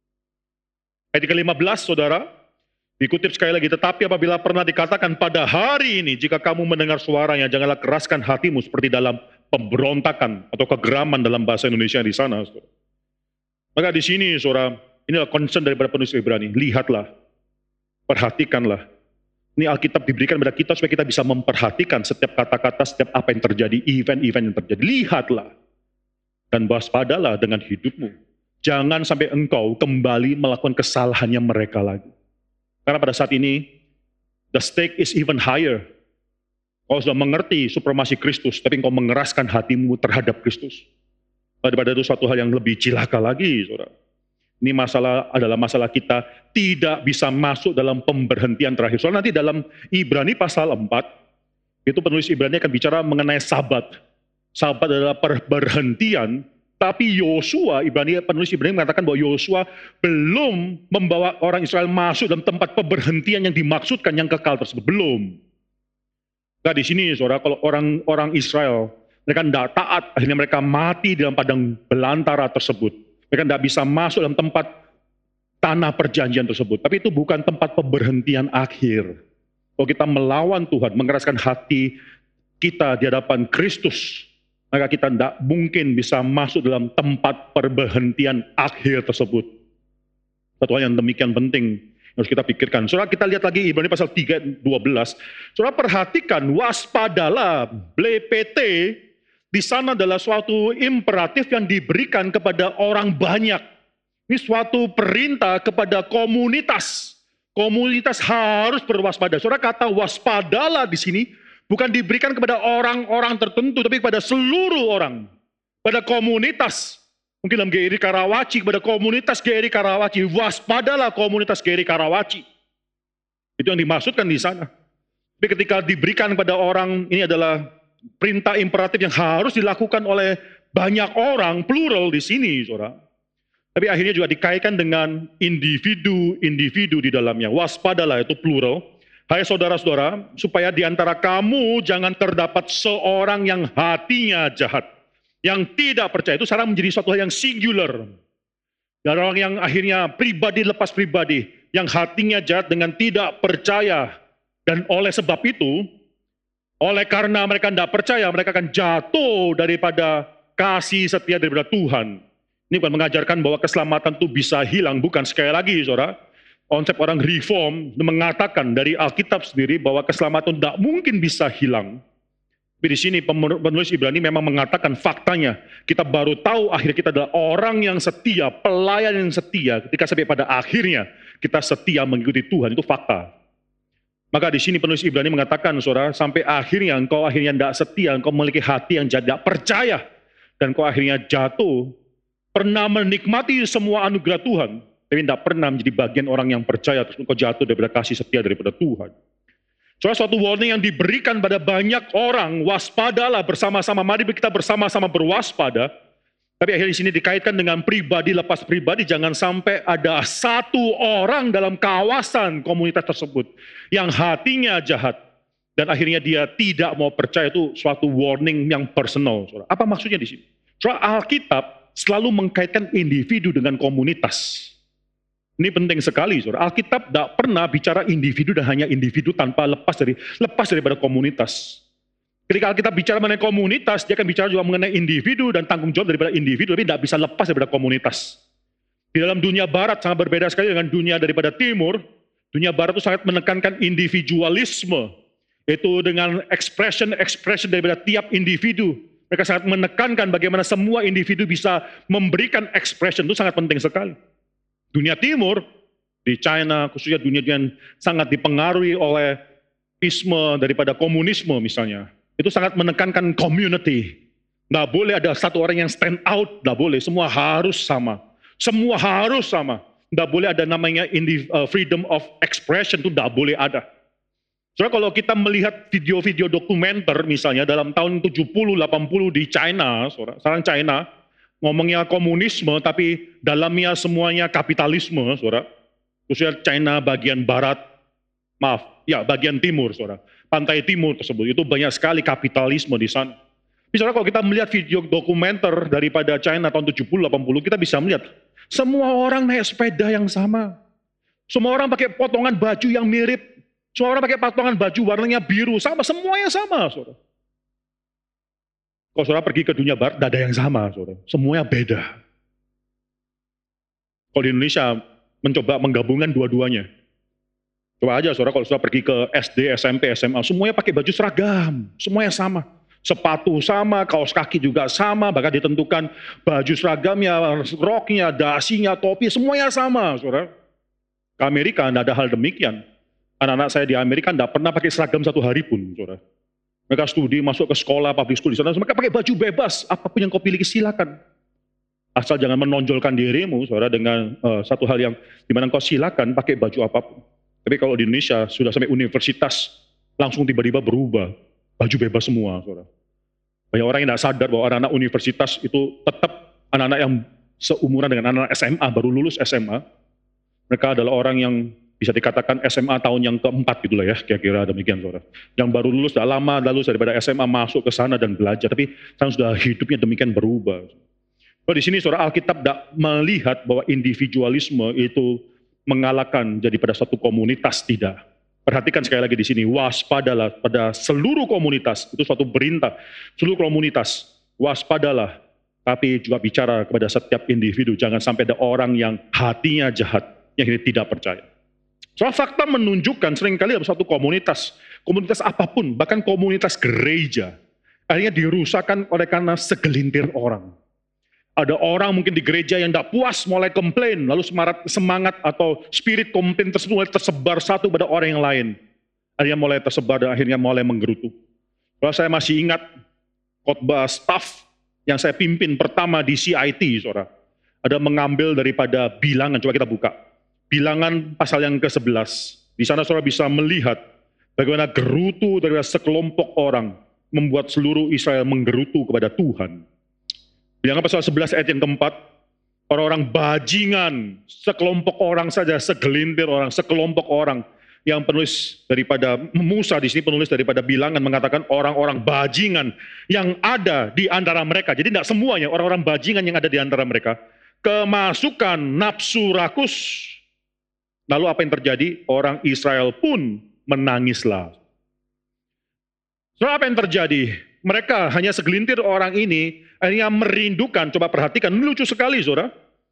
Ayat ke-15, saudara, dikutip sekali lagi, tetapi apabila pernah dikatakan pada hari ini, jika kamu mendengar suaranya, janganlah keraskan hatimu seperti dalam pemberontakan atau kegeraman dalam bahasa Indonesia di sana. Saudara. Maka di sini, saudara, inilah concern daripada penulis Ibrani, lihatlah, perhatikanlah. Ini Alkitab diberikan kepada kita supaya kita bisa memperhatikan setiap kata-kata, setiap apa yang terjadi, event-event yang terjadi. Lihatlah dan waspadalah dengan hidupmu. Jangan sampai engkau kembali melakukan kesalahannya mereka lagi. Karena pada saat ini, the stake is even higher. Kau sudah mengerti supremasi Kristus, tapi engkau mengeraskan hatimu terhadap Kristus. Daripada itu suatu hal yang lebih cilaka lagi, saudara. Ini adalah masalah kita tidak bisa masuk dalam pemberhentian terakhir. Soalnya nanti dalam Ibrani pasal 4, itu penulis Ibrani akan bicara mengenai sabat. Sabat adalah perberhentian. Tapi Yosua, penulis Ibrani mengatakan bahwa Yosua belum membawa orang Israel masuk dalam tempat pemberhentian yang dimaksudkan, yang kekal tersebut. Belum. Nah di sini saudara, kalau orang Israel, mereka tidak taat, akhirnya mereka mati di dalam padang belantara tersebut. Mereka tidak bisa masuk dalam tempat tanah perjanjian tersebut. Tapi itu bukan tempat pemberhentian akhir. Kalau kita melawan Tuhan, mengeraskan hati kita di hadapan Kristus, maka kita tidak mungkin bisa masuk dalam tempat perberhentian akhir tersebut. Satu hal yang demikian penting harus kita pikirkan. Saudara, kita lihat lagi Ibrani pasal 3, 12. Saudara, perhatikan, waspadalah, blepete, di sana adalah suatu imperatif yang diberikan kepada orang banyak. Ini suatu perintah kepada komunitas. Komunitas harus berwaspada. Saudara, kata waspadalah di sini bukan diberikan kepada orang-orang tertentu, tapi kepada seluruh orang. Pada komunitas. Mungkin dalam GRI Karawaci, kepada komunitas GRI Karawaci. Waspadalah komunitas GRI Karawaci. Itu yang dimaksudkan di sana. Tapi ketika diberikan kepada orang, ini adalah perintah imperatif yang harus dilakukan oleh banyak orang, plural di sini, saudara. Tapi akhirnya juga dikaitkan dengan individu-individu di dalamnya. Waspadalah itu plural. Hai saudara-saudara, supaya di antara kamu jangan terdapat seorang yang hatinya jahat, yang tidak percaya. Itu sekarang menjadi suatu hal yang singular. Dan orang yang akhirnya pribadi lepas pribadi, yang hatinya jahat dengan tidak percaya. Dan oleh sebab itu, oleh karena mereka tidak percaya, mereka akan jatuh daripada kasih setia daripada Tuhan. Ini bukan mengajarkan bahwa keselamatan itu bisa hilang, bukan. Sekali lagi, saudara. Konsep orang reform mengatakan dari Alkitab sendiri bahwa keselamatan tidak mungkin bisa hilang. Tapi di sini penulis Ibrani memang mengatakan faktanya. Kita baru tahu akhirnya kita adalah orang yang setia, pelayan yang setia. Ketika sampai pada akhirnya kita setia mengikuti Tuhan, itu fakta. Maka di sini penulis Ibrani mengatakan, saudara, sampai akhirnya engkau akhirnya tidak setia, engkau memiliki hati yang tidak percaya. Dan engkau akhirnya jatuh, pernah menikmati semua anugerah Tuhan, tapi tidak pernah menjadi bagian orang yang percaya, terus engkau jatuh daripada kasih setia daripada Tuhan. Soalnya suatu warning yang diberikan pada banyak orang, waspadalah bersama-sama, mari kita bersama-sama berwaspada. Tapi akhirnya di sini dikaitkan dengan pribadi lepas pribadi, jangan sampai ada satu orang dalam kawasan komunitas tersebut yang hatinya jahat. Dan akhirnya dia tidak mau percaya, itu suatu warning yang personal. Apa maksudnya di sini? Soalnya Alkitab selalu mengkaitkan individu dengan komunitas. Ini penting sekali, saudara. Alkitab tidak pernah bicara individu dan hanya individu tanpa lepas daripada komunitas. Ketika Alkitab bicara mengenai komunitas, dia akan bicara juga mengenai individu dan tanggung jawab daripada individu, tapi tidak bisa lepas daripada komunitas. Di dalam dunia barat sangat berbeda sekali dengan dunia daripada timur. Dunia barat itu sangat menekankan individualisme. Itu dengan expression daripada tiap individu. Mereka sangat menekankan bagaimana semua individu bisa memberikan expression, itu sangat penting sekali. Dunia Timur, di China, khususnya dunia yang sangat dipengaruhi oleh isme daripada komunisme misalnya, itu sangat menekankan community. Nggak boleh ada satu orang yang stand out, nggak boleh, semua harus sama. Semua harus sama. Nggak boleh ada namanya freedom of expression, itu nggak boleh ada. Soalnya kalau kita melihat video-video dokumenter misalnya dalam tahun 70-80 di China, sekarang China ngomongnya komunisme tapi dalamnya semuanya kapitalisme, saudara. Khususnya China bagian barat, bagian timur, saudara. Pantai timur tersebut, itu banyak sekali kapitalisme di sana. Misalnya kalau kita melihat video dokumenter daripada China tahun 70-80, kita bisa melihat semua orang naik sepeda yang sama. Semua orang pakai potongan baju yang mirip. Semua orang pakai potongan baju warnanya biru, sama, semuanya sama, saudara. Kalau saudara pergi ke dunia barat, tidak ada yang sama, saudara. Semuanya beda. Kalau di Indonesia, mencoba menggabungkan dua-duanya. Coba aja, saudara, kalau saudara pergi ke SD, SMP, SMA, semuanya pakai baju seragam, semuanya sama. Sepatu sama, kaos kaki juga sama, bahkan ditentukan baju seragamnya, roknya, dasinya, topi, semuanya sama, saudara. Ke Amerika, tidak ada hal demikian. Anak-anak saya di Amerika tidak pernah pakai seragam satu hari pun, saudara. Mereka studi, masuk ke sekolah, public school di sana, mereka pakai baju bebas, apapun yang kau pilih silakan. Asal jangan menonjolkan dirimu, saudara, dengan satu hal yang dimana kau silakan pakai baju apapun. Tapi kalau di Indonesia sudah sampai universitas, langsung tiba-tiba berubah, baju bebas semua, saudara. Banyak orang yang tidak sadar bahwa anak-anak universitas itu tetap anak-anak yang seumuran dengan anak-anak SMA, baru lulus SMA. Mereka adalah orang yang bisa dikatakan SMA tahun yang keempat gitulah ya, kira-kira demikian, saudara. Yang baru lulus sudah lama, lalu daripada SMA masuk ke sana dan belajar, tapi sekarang sudah hidupnya demikian berubah. Di sini saudara, Alkitab tidak melihat bahwa individualisme itu mengalahkan jadi pada satu komunitas, tidak. Perhatikan sekali lagi di sini, waspadalah pada seluruh komunitas, itu suatu perintah. Seluruh komunitas, waspadalah, tapi juga bicara kepada setiap individu, jangan sampai ada orang yang hatinya jahat, yang ini tidak percaya. Soal fakta menunjukkan seringkali dalam suatu komunitas apapun, bahkan komunitas gereja, akhirnya dirusakkan oleh karena segelintir orang. Ada orang mungkin di gereja yang tidak puas, mulai komplain, lalu semangat atau spirit komplain tersebut mulai tersebar satu pada orang yang lain. Akhirnya mulai tersebar dan akhirnya mulai menggerutu. Kalau saya masih ingat khotbah staff yang saya pimpin pertama di CIT, saudara, ada mengambil daripada Bilangan, coba kita buka. Bilangan pasal yang ke-11. Di sana saudara bisa melihat bagaimana gerutu dari sekelompok orang membuat seluruh Israel menggerutu kepada Tuhan. Bilangan pasal 11 ayat yang keempat, orang-orang bajingan, sekelompok orang saja, segelintir orang, sekelompok orang. Yang penulis daripada Musa di sini, penulis daripada Bilangan mengatakan orang-orang bajingan yang ada di antara mereka. Jadi tidak semuanya, orang-orang bajingan yang ada di antara mereka. Kemasukan nafsu rakus. Lalu apa yang terjadi? Orang Israel pun menangislah. Soal apa yang terjadi? Mereka hanya segelintir orang ini akhirnya merindukan, coba perhatikan, ini lucu sekali, saudara.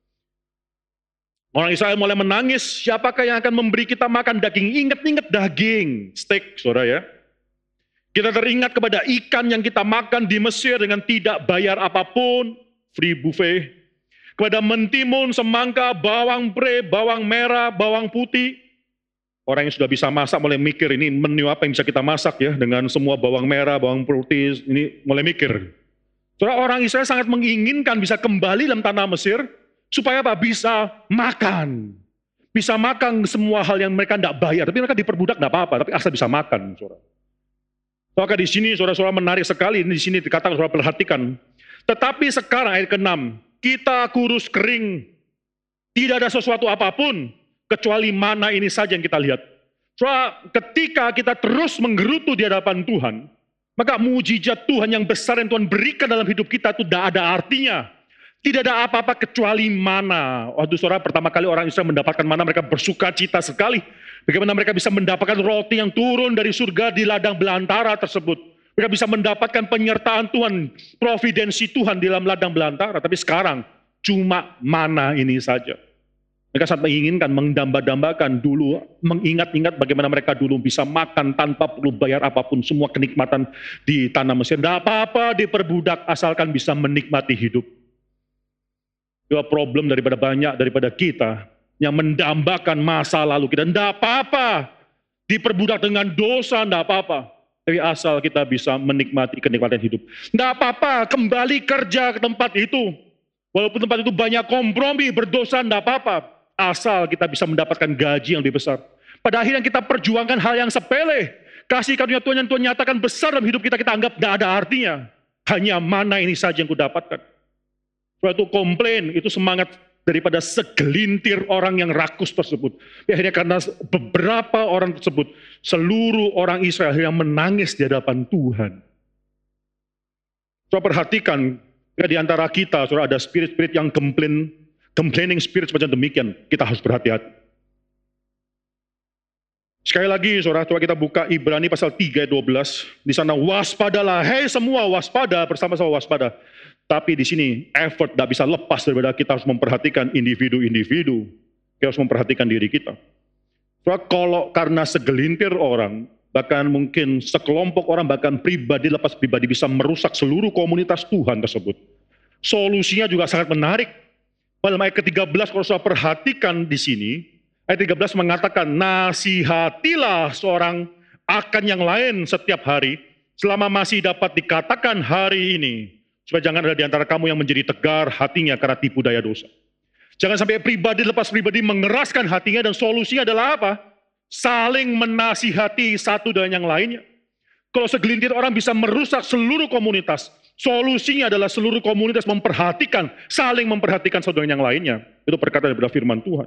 Orang Israel mulai menangis, siapakah yang akan memberi kita makan daging? Ingat-ingat daging, steak, saudara ya. Kita teringat kepada ikan yang kita makan di Mesir dengan tidak bayar apapun, free buffet. Kepada mentimun, semangka, bawang pre, bawang merah, bawang putih. Orang yang sudah bisa masak mulai mikir, ini menu apa yang bisa kita masak ya, dengan semua bawang merah, bawang putih, ini mulai mikir. Soalnya orang Israel sangat menginginkan bisa kembali dalam tanah Mesir, supaya apa? Bisa makan. Bisa makan semua hal yang mereka tidak bayar, tapi mereka diperbudak tidak apa-apa, tapi asal bisa makan. Maka di sini saudara-saudara menarik sekali, di sini dikatakan, saudara perhatikan. Tetapi sekarang ayat ke-6, kita kurus kering, tidak ada sesuatu apapun, kecuali mana ini saja yang kita lihat. Soalnya ketika kita terus menggerutu di hadapan Tuhan, maka mujizat Tuhan yang besar yang Tuhan berikan dalam hidup kita itu tidak ada artinya. Tidak ada apa-apa kecuali mana. Waktu saudara pertama kali orang Israel mendapatkan mana, mereka bersuka cita sekali. Bagaimana mereka bisa mendapatkan roti yang turun dari surga di ladang belantara tersebut. Mereka bisa mendapatkan penyertaan Tuhan, providensi Tuhan di dalam ladang belantara. Tapi sekarang cuma mana ini saja. Mereka sangat menginginkan, mendamba-dambakan dulu, mengingat-ingat bagaimana mereka dulu bisa makan tanpa perlu bayar apapun, semua kenikmatan di tanah Mesir. Tidak apa-apa diperbudak asalkan bisa menikmati hidup. Itu problem daripada kita yang mendambakan masa lalu kita. Tidak apa-apa diperbudak dengan dosa, tidak apa-apa. Tapi asal kita bisa menikmati kenikmatan hidup. Tidak apa-apa kembali kerja ke tempat itu. Walaupun tempat itu banyak kompromi, berdosa, tidak apa-apa. Asal kita bisa mendapatkan gaji yang lebih besar. Pada akhirnya kita perjuangkan hal yang sepele. Kasih karunia Tuhan yang Tuhan nyatakan besar dalam hidup kita, kita anggap tidak ada artinya. Hanya mana ini saja yang kudapatkan. Suatu komplain, itu semangat daripada segelintir orang yang rakus tersebut. Akhirnya karena beberapa orang tersebut, seluruh orang Israel yang menangis di hadapan Tuhan. Coba perhatikan, di antara kita, saudara, ada spirit-spirit yang complaining spirit semacam demikian. Kita harus berhati-hati. Sekali lagi, saudara, coba kita buka Ibrani pasal 3 ayat 12. Di sana, waspadalah, hei semua waspada, bersama-sama waspada. Tapi di sini, effort tidak bisa lepas daripada kita harus memperhatikan individu-individu. Kita harus memperhatikan diri kita. Saudara, kalau karena segelintir orang, bahkan mungkin sekelompok orang, bahkan pribadi lepas pribadi bisa merusak seluruh komunitas Tuhan tersebut. Solusinya juga sangat menarik. Pada ayat ke-13 kalau saudara perhatikan di sini, ayat 13 mengatakan, nasihatilah seorang akan yang lain setiap hari, selama masih dapat dikatakan hari ini. Supaya jangan ada di antara kamu yang menjadi tegar hatinya karena tipu daya dosa. Jangan sampai pribadi lepas pribadi mengeraskan hatinya, dan solusinya adalah apa? Saling menasihati satu dengan yang lainnya. Kalau segelintir orang bisa merusak seluruh komunitas, solusinya adalah seluruh komunitas memperhatikan, saling memperhatikan satu dengan yang lainnya. Itu perkataan daripada firman Tuhan.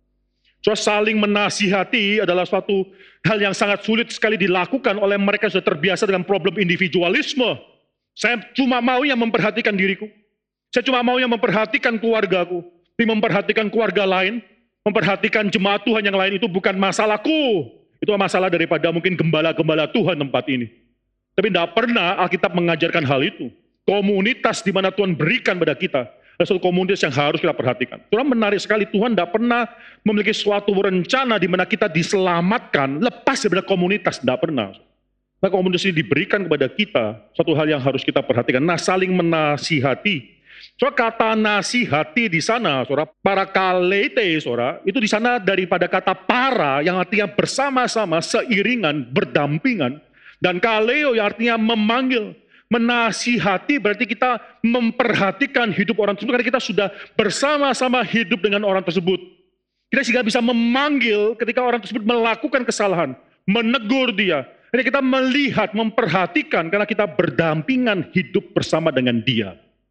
So, saling menasihati adalah suatu hal yang sangat sulit sekali dilakukan oleh mereka yang sudah terbiasa dengan problem individualisme. Saya cuma maunya memperhatikan diriku. Saya cuma maunya memperhatikan keluargaku. Tapi memperhatikan keluarga lain, memperhatikan jemaat Tuhan yang lain itu bukan masalahku. Itu masalah daripada mungkin gembala-gembala Tuhan tempat ini. Tapi tidak pernah Alkitab mengajarkan hal itu. Komunitas di mana Tuhan berikan pada kita, ada suatu komunitas yang harus kita perhatikan. Tuhan menarik sekali, Tuhan tidak pernah memiliki suatu rencana di mana kita diselamatkan lepas dari komunitas, tidak pernah. Nah, komunitas ini diberikan kepada kita, satu hal yang harus kita perhatikan. Nah, saling menasihati. Soalnya kata nasihati di sana, saudara, para kalete, saudara, itu di sana daripada kata para yang artinya bersama-sama, seiringan, berdampingan, dan kaleo yang artinya memanggil. Menasihati berarti kita memperhatikan hidup orang tersebut karena kita sudah bersama-sama hidup dengan orang tersebut. Kita sehingga bisa memanggil ketika orang tersebut melakukan kesalahan, menegur dia. Jadi kita melihat, memperhatikan karena kita berdampingan hidup bersama dengan dia.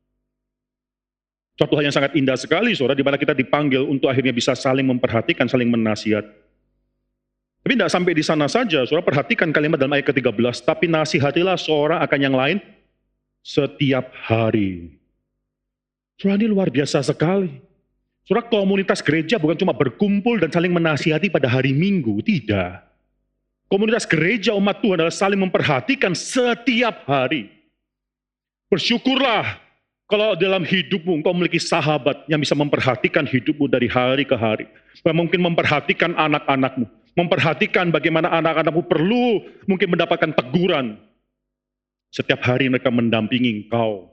Suatu hal yang sangat indah sekali, saudara, di mana kita dipanggil untuk akhirnya bisa saling memperhatikan, saling menasihat. Tapi tidak sampai di sana saja, saudara, perhatikan kalimat dalam ayat ke-13, tapi nasihatilah seorang akan yang lain setiap hari. Saudara, ini luar biasa sekali. Saudara, komunitas gereja bukan cuma berkumpul dan saling menasihati pada hari Minggu, tidak. Komunitas gereja umat Tuhan adalah saling memperhatikan setiap hari. Bersyukurlah kalau dalam hidupmu engkau memiliki sahabat yang bisa memperhatikan hidupmu dari hari ke hari. Mungkin memperhatikan anak-anakmu. Memperhatikan bagaimana anak-anakmu perlu mungkin mendapatkan teguran. Setiap hari mereka mendampingi engkau.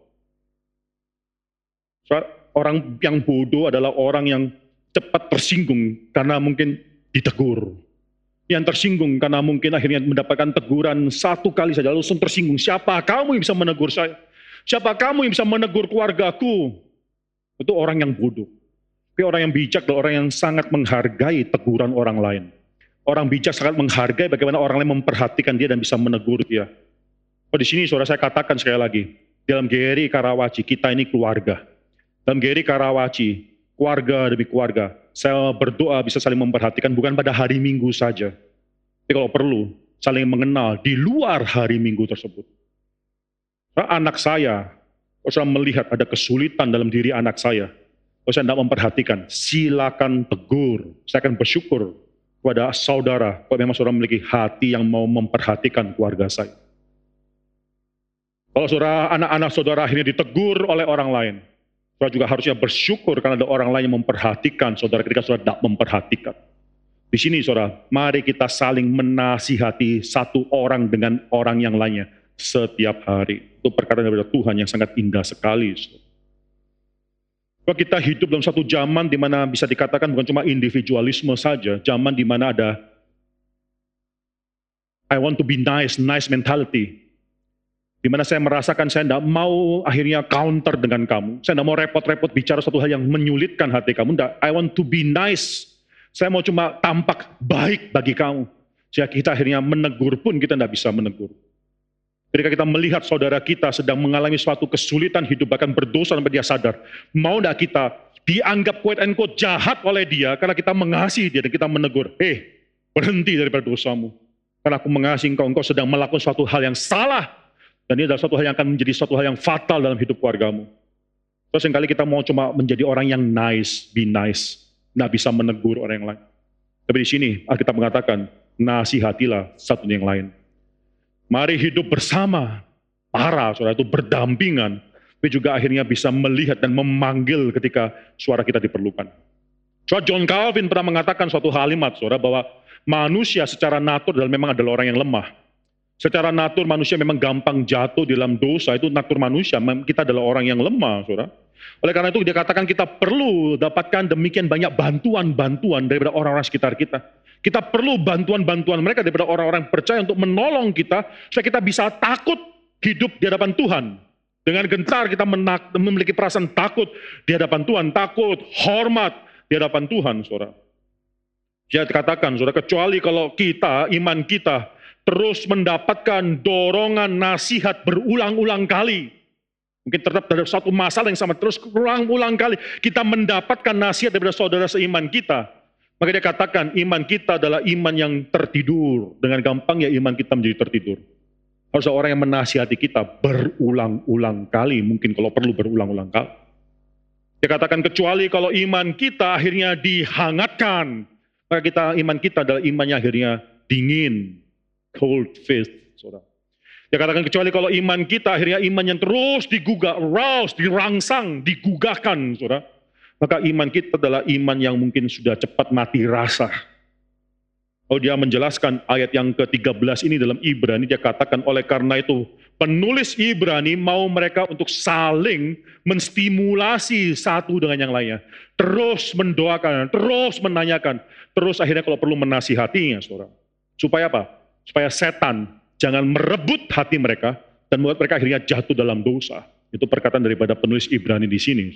Orang yang bodoh adalah orang yang cepat tersinggung karena mungkin ditegur. Yang tersinggung karena mungkin akhirnya mendapatkan teguran satu kali saja langsung tersinggung. Siapa kamu yang bisa menegur saya? Siapa kamu yang bisa menegur keluargaku? Itu orang yang bodoh. Tapi orang yang bijak adalah orang yang sangat menghargai teguran orang lain. Orang bijak sangat menghargai bagaimana orang lain memperhatikan dia dan bisa menegur dia. Di sini saudara saya katakan sekali lagi, dalam GRI Karawaci kita ini keluarga. Dalam GRI Karawaci, keluarga demi keluarga, saya berdoa bisa saling memperhatikan bukan pada hari Minggu saja. Tapi kalau perlu, saling mengenal di luar hari Minggu tersebut. Anak saya, kalau saya melihat ada kesulitan dalam diri anak saya, kalau saya tidak memperhatikan, silakan tegur. Saya akan bersyukur kepada saudara, kalau memang saudara memiliki hati yang mau memperhatikan keluarga saya. Kalau saudara, anak-anak saudara akhirnya ditegur oleh orang lain, Saudara juga harusnya bersyukur karena ada orang lain yang memperhatikan saudara ketika saudara tidak memperhatikan. Di sini saudara, mari kita saling menasihati satu orang dengan orang yang lainnya setiap hari. Itu perkataan daripada Tuhan yang sangat indah sekali. Kalau kita hidup dalam satu zaman di mana bisa dikatakan bukan cuma individualisme saja, zaman di mana ada I want to be nice mentality. Di mana saya merasakan saya tidak mau akhirnya counter dengan kamu. Saya tidak mau repot-repot bicara satu hal yang menyulitkan hati kamu. Tidak, I want to be nice. Saya mau cuma tampak baik bagi kamu. Sehingga kita akhirnya menegur pun kita tidak bisa menegur. Ketika kita melihat saudara kita sedang mengalami suatu kesulitan hidup, bahkan berdosa sampai dia sadar. Mau tidak kita dianggap quote and quote jahat oleh dia karena kita mengasihi dia dan kita menegur. Berhenti daripada dosamu. Karena aku mengasihi engkau, engkau sedang melakukan suatu hal yang salah. Dan ini adalah suatu hal yang akan menjadi suatu hal yang fatal dalam hidup keluargamu. Terus seringkali kita mau cuma menjadi orang yang nice, be nice. Nggak bisa menegur orang yang lain. Tapi di sini Alkitab mengatakan, nasihatilah satu yang lain. Mari hidup bersama, saudara itu berdampingan, tapi juga akhirnya bisa melihat dan memanggil ketika suara kita diperlukan. Saudara John Calvin pernah mengatakan suatu kalimat, saudara, bahwa manusia secara natur memang adalah orang yang lemah. Secara natur manusia memang gampang jatuh di dalam dosa, itu natur manusia, kita adalah orang yang lemah, saudara. Oleh karena itu dia katakan kita perlu dapatkan demikian banyak bantuan-bantuan daripada orang-orang sekitar kita. Kita perlu bantuan-bantuan mereka daripada orang-orang percaya untuk menolong kita, supaya kita bisa takut hidup di hadapan Tuhan. Dengan gentar kita memiliki perasaan takut di hadapan Tuhan, takut, hormat di hadapan Tuhan, saudara. Dia katakan, saudara, kecuali kalau kita, iman kita, terus mendapatkan dorongan nasihat berulang-ulang kali. Mungkin terhadap satu masalah yang sama terus berulang-ulang kali. Kita mendapatkan nasihat daripada saudara seiman kita. Maka dia katakan iman kita adalah iman yang tertidur. Dengan gampang ya iman kita menjadi tertidur. Harus ada orang yang menasihati kita berulang-ulang kali. Mungkin kalau perlu berulang-ulang kali. Dia katakan kecuali kalau iman kita akhirnya dihangatkan. Maka iman kita adalah iman yang akhirnya dingin. Cold faith, saudara. Dia katakan kecuali kalau iman kita akhirnya iman yang terus digugah, arouse, dirangsang, digugahkan, saudara. Maka iman kita adalah iman yang mungkin sudah cepat mati rasa. Oh, dia menjelaskan ayat yang ke-13 ini dalam Ibrani, dia katakan oleh karena itu penulis Ibrani mau mereka untuk saling menstimulasi satu dengan yang lainnya. Terus mendoakan, terus menanyakan, terus akhirnya kalau perlu menasihatinya, saudara. Supaya apa? Supaya setan jangan merebut hati mereka dan membuat mereka akhirnya jatuh dalam dosa. Itu perkataan daripada penulis Ibrani di sini.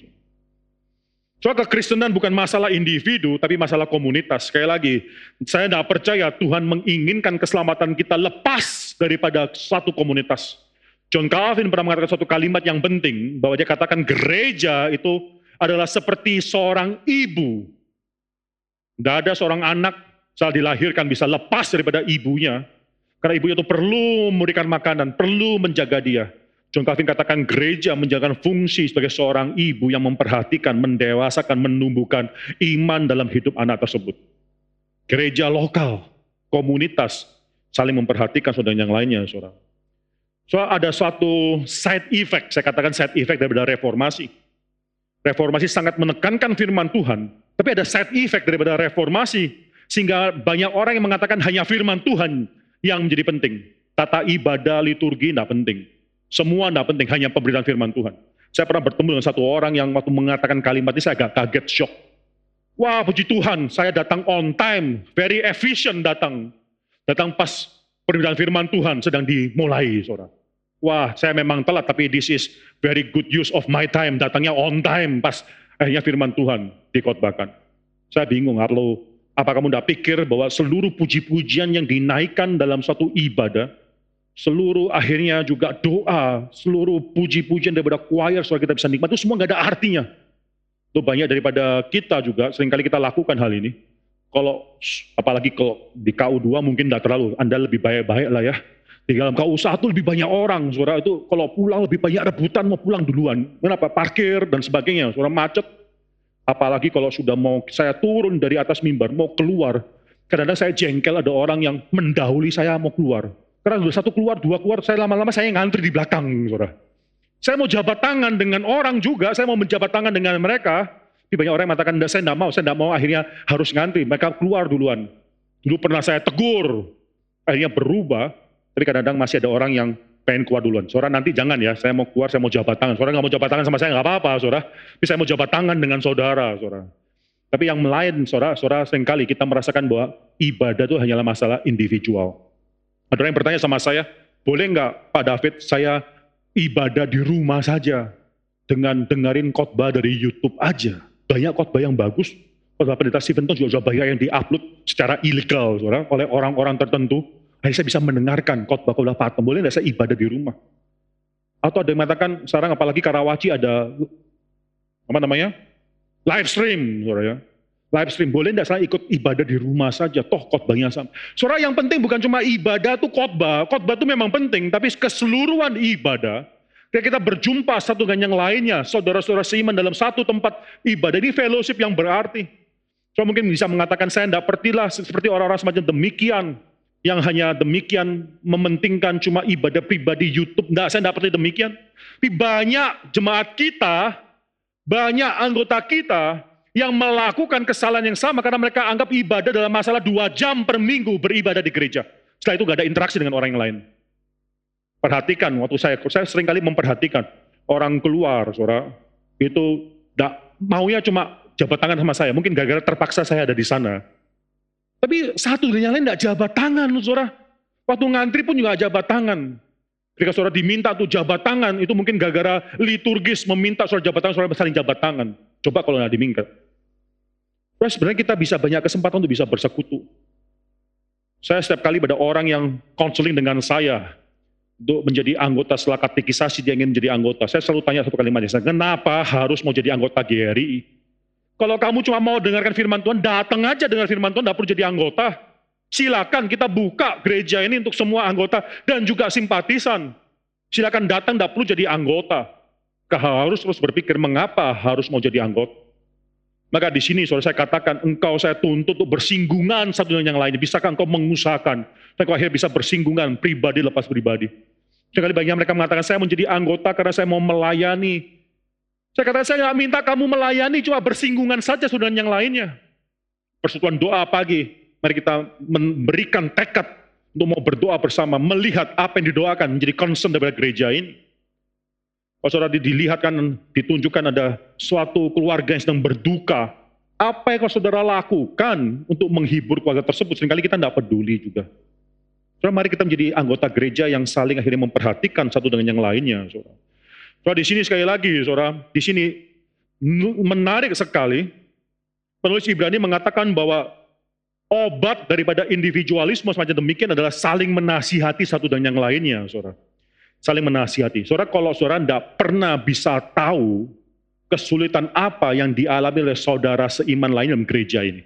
Soal kekristenan bukan masalah individu, tapi masalah komunitas. Sekali lagi, saya tidak percaya Tuhan menginginkan keselamatan kita lepas daripada satu komunitas. John Calvin pernah mengatakan suatu kalimat yang penting, bahwa dia katakan gereja itu adalah seperti seorang ibu. Tidak ada seorang anak saat dilahirkan bisa lepas daripada ibunya. Karena ibunya itu perlu memberikan makanan, perlu menjaga dia. John Calvin katakan gereja menjalankan fungsi sebagai seorang ibu yang memperhatikan, mendewasakan, menumbuhkan iman dalam hidup anak tersebut. Gereja lokal, komunitas, saling memperhatikan saudara yang lainnya, saudara. So ada suatu side effect, saya katakan side effect daripada reformasi. Reformasi sangat menekankan firman Tuhan, tapi ada side effect daripada reformasi, sehingga banyak orang yang mengatakan hanya firman Tuhan yang menjadi penting. Tata ibadah, liturgi tidak penting. Semua tidak penting, hanya pemberitaan firman Tuhan. Saya pernah bertemu dengan satu orang yang waktu mengatakan kalimat ini saya agak kaget, shock. Wah, puji Tuhan, saya datang on time, very efficient datang. Datang pas pemberitaan firman Tuhan sedang dimulai, saudara. Wah, saya memang telat, tapi this is very good use of my time. Datangnya on time, pas akhirnya firman Tuhan dikhotbahkan. Saya bingung, apa kamu tidak pikir bahwa seluruh puji-pujian yang dinaikkan dalam suatu ibadah, seluruh akhirnya juga doa, seluruh puji-pujian daripada choir, supaya kita bisa nikmat, itu semua nggak ada artinya. Itu banyak daripada kita juga, seringkali kita lakukan hal ini. Apalagi kalau di KU2 mungkin tidak terlalu, Anda lebih baik-baik lah ya. Di dalam KU1 lebih banyak orang, saudara, itu kalau pulang lebih banyak rebutan, mau pulang duluan. Kenapa? Parkir dan sebagainya, saudara, macet. Apalagi kalau sudah mau saya turun dari atas mimbar, mau keluar. Kadang-kadang saya jengkel ada orang yang mendahului saya mau keluar. Karena sudah satu keluar, dua keluar, saya lama-lama saya ngantri di belakang, saudara. Saya mau jabat tangan dengan orang juga, saya mau menjabat tangan dengan mereka. Tapi banyak orang yang mengatakan, saya tidak mau, akhirnya harus ngantri. Mereka keluar duluan. Dulu pernah saya tegur, akhirnya berubah. Tapi kadang-kadang masih ada orang yang pengen keluar duluan. Saudara nanti jangan ya, saya mau keluar, saya mau jabat tangan. Saudara nggak mau jabat tangan sama saya, nggak apa-apa, saudara. Tapi saya mau jabat tangan dengan saudara, saudara. Tapi yang lain, saudara seringkali kita merasakan bahwa ibadah itu hanyalah masalah individual. Ada orang yang bertanya sama saya, boleh nggak Pak David, saya ibadah di rumah saja dengan dengerin khotbah dari YouTube aja. Banyak khotbah yang bagus. Khotbah Pendeta Stevenson juga banyak yang diupload secara ilegal, saudara, oleh orang-orang tertentu. Akhirnya saya bisa mendengarkan khotbah-khotbah Pak Tom. Boleh nggak saya ibadah di rumah? Atau ada yang mengatakan, sekarang apalagi Karawaci ada live stream, saudara ya. Live stream, boleh nggak saya ikut ibadah di rumah saja, toh khotbahnya sama. Saudara, yang penting bukan cuma ibadah itu khotbah itu memang penting, tapi keseluruhan ibadah, kita berjumpa satu dengan yang lainnya, saudara-saudara seiman dalam satu tempat ibadah, ini fellowship yang berarti. Saudara mungkin bisa mengatakan, saya tidak pertilah seperti orang-orang semacam demikian, yang hanya demikian mementingkan cuma ibadah pribadi YouTube. Enggak, saya tidak seperti demikian. Tapi banyak jemaat kita, banyak anggota kita yang melakukan kesalahan yang sama karena mereka anggap ibadah dalam masalah 2 jam per minggu beribadah di gereja. Setelah itu gak ada interaksi dengan orang yang lain. Perhatikan, waktu saya seringkali memperhatikan orang keluar, saudara, itu maunya cuma jabat tangan sama saya. Mungkin gara-gara terpaksa saya ada di sana. Tapi satu dengan yang lain tidak jabat tangan, saudara. Waktu ngantri pun juga jabat tangan. Ketika saudara diminta tuh jabat tangan, itu mungkin gara-gara liturgis meminta saudara jabat tangan, saudara saling jabat tangan. Coba kalau nggak diminta. Terus sebenarnya kita bisa banyak kesempatan untuk bisa bersekutu. Saya setiap kali pada orang yang konseling dengan saya, untuk menjadi anggota setelah katekisasi dia ingin menjadi anggota, saya selalu tanya satu kalimat, kenapa harus mau jadi anggota GRI? Kalau kamu cuma mau dengarkan firman Tuhan, datang aja dengar firman Tuhan, tidak perlu jadi anggota. Silakan kita buka gereja ini untuk semua anggota dan juga simpatisan. Silakan datang, tidak perlu jadi anggota. Harus terus berpikir mengapa harus mau jadi anggota. Maka di sini saudara saya katakan, engkau saya tuntut untuk bersinggungan satu dengan yang lain. Bisakah engkau mengusahakan? Dan kau akhirnya bisa bersinggungan pribadi lepas pribadi. Sekali banyak mereka mengatakan, saya mau jadi anggota karena saya mau melayani. Saya katakan, saya nggak minta kamu melayani, cuma bersinggungan saja saudara yang lainnya. Persekutuan doa pagi, mari kita memberikan tekad untuk mau berdoa bersama, melihat apa yang didoakan, menjadi concern daripada gereja ini. Kalau saudara dilihatkan, ditunjukkan ada suatu keluarga yang sedang berduka, apa yang saudara lakukan untuk menghibur keluarga tersebut? Seringkali kita tidak peduli juga. Saudara, mari kita menjadi anggota gereja yang saling akhirnya memperhatikan satu dengan yang lainnya. Saudara, di sini sekali lagi, saudara, di sini menarik sekali. Penulis Ibrani mengatakan bahwa obat daripada individualisme semacam demikian adalah saling menasihati satu dengan yang lainnya, saudara. Saling menasihati. Saudara, kalau saudara tidak pernah bisa tahu kesulitan apa yang dialami oleh saudara seiman lain dalam gereja ini.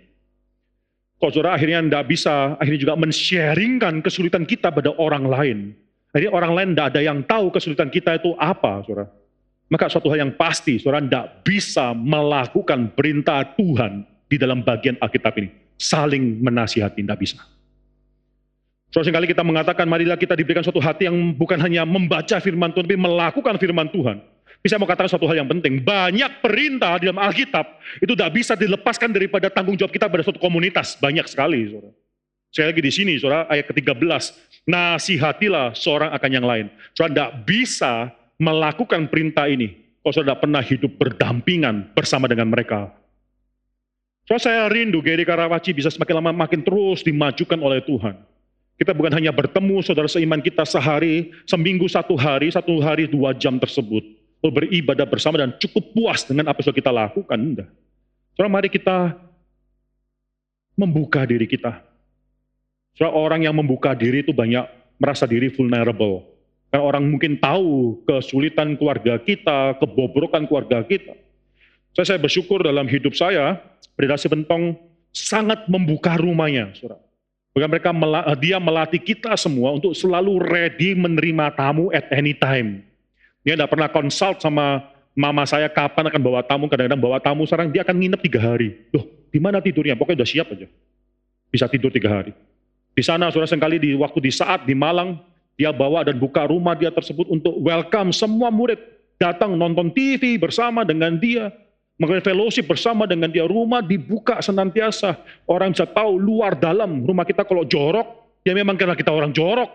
Kalau saudara akhirnya tidak bisa, akhirnya juga men-sharingkan kesulitan kita pada orang lain. Akhirnya orang lain tidak ada yang tahu kesulitan kita itu apa, saudara. Maka suatu hal yang pasti, saudara tidak bisa melakukan perintah Tuhan di dalam bagian Alkitab ini. Saling menasihati, tidak bisa. Saudara, seringkali kita mengatakan, marilah kita diberikan suatu hati yang bukan hanya membaca firman Tuhan, tapi melakukan firman Tuhan. Bisa mau katakan suatu hal yang penting, banyak perintah di dalam Alkitab, itu tidak bisa dilepaskan daripada tanggung jawab kita pada suatu komunitas. Banyak sekali, saudara. Sekali lagi di sini, saudara, ayat ke-13, nasihatilah seorang akan yang lain. Saudara tidak bisa melakukan perintah ini, kalau saudara tidak pernah hidup berdampingan bersama dengan mereka. Saudara, saya rindu GRI Karawaci bisa semakin lama makin terus dimajukan oleh Tuhan. Kita bukan hanya bertemu saudara seiman kita sehari, seminggu 1 hari, 2 jam tersebut. Beribadah bersama dan cukup puas dengan apa yang kita lakukan. Enggak. Saudara, mari kita membuka diri kita. Saudara, orang yang membuka diri itu banyak merasa diri vulnerable. Karena orang mungkin tahu kesulitan keluarga kita, kebobrokan keluarga kita. Saya bersyukur dalam hidup saya, Pendeta Stevenson sangat membuka rumahnya, saudara. Bahkan dia melatih kita semua untuk selalu ready menerima tamu at any time. Dia tidak pernah consult sama mama saya kapan akan bawa tamu, kadang-kadang bawa tamu, sekarang dia akan nginep 3 hari. Loh, di mana tidurnya? Pokoknya udah siap aja. Bisa tidur 3 hari. Di sana, saudara, sekali di saat di Malang, dia bawa dan buka rumah dia tersebut untuk welcome semua murid. datang nonton TV bersama dengan dia, mengadakan fellowship bersama dengan dia, rumah dibuka senantiasa. Orang bisa tahu luar dalam rumah kita kalau jorok, ya memang karena kita orang jorok.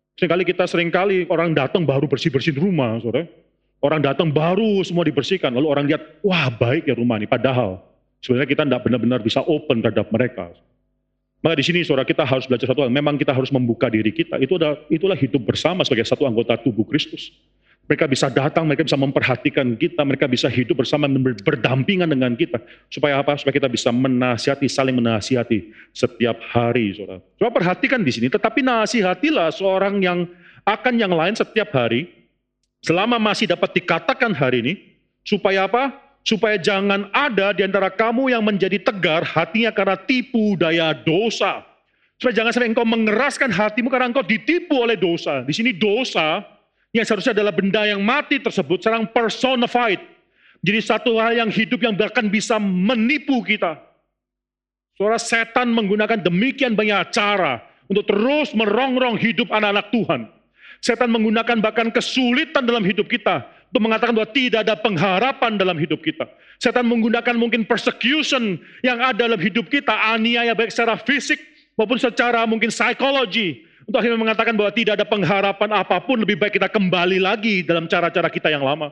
Seringkali orang datang baru bersih-bersihin rumah, saudara. Orang datang baru semua dibersihkan, lalu orang lihat, wah baik ya rumah ini, padahal sebenarnya kita tidak benar-benar bisa open terhadap mereka. Maka di sini saudara kita harus belajar satu hal, memang kita harus membuka diri kita. Itulah hidup bersama sebagai satu anggota tubuh Kristus. Mereka bisa datang, mereka bisa memperhatikan kita, mereka bisa hidup bersama, berdampingan dengan kita. Supaya apa? Supaya kita bisa menasihati, saling menasihati setiap hari, saudara. Coba perhatikan di sini, tetapi nasihatilah seorang yang akan yang lain setiap hari, selama masih dapat dikatakan hari ini, supaya apa? Supaya jangan ada di antara kamu yang menjadi tegar hatinya karena tipu daya dosa. Supaya jangan sampai engkau mengeraskan hatimu karena engkau ditipu oleh dosa. Di sini dosa yang seharusnya adalah benda yang mati tersebut sekarang personified. Jadi satu hal yang hidup yang bahkan bisa menipu kita. Saudara, setan menggunakan demikian banyak cara untuk terus merongrong hidup anak-anak Tuhan. Setan menggunakan bahkan kesulitan dalam hidup kita untuk mengatakan bahwa tidak ada pengharapan dalam hidup kita. Setan menggunakan mungkin persecution yang ada dalam hidup kita, aniaya baik secara fisik maupun secara mungkin psikologi, untuk akhirnya mengatakan bahwa tidak ada pengharapan apapun, lebih baik kita kembali lagi dalam cara-cara kita yang lama.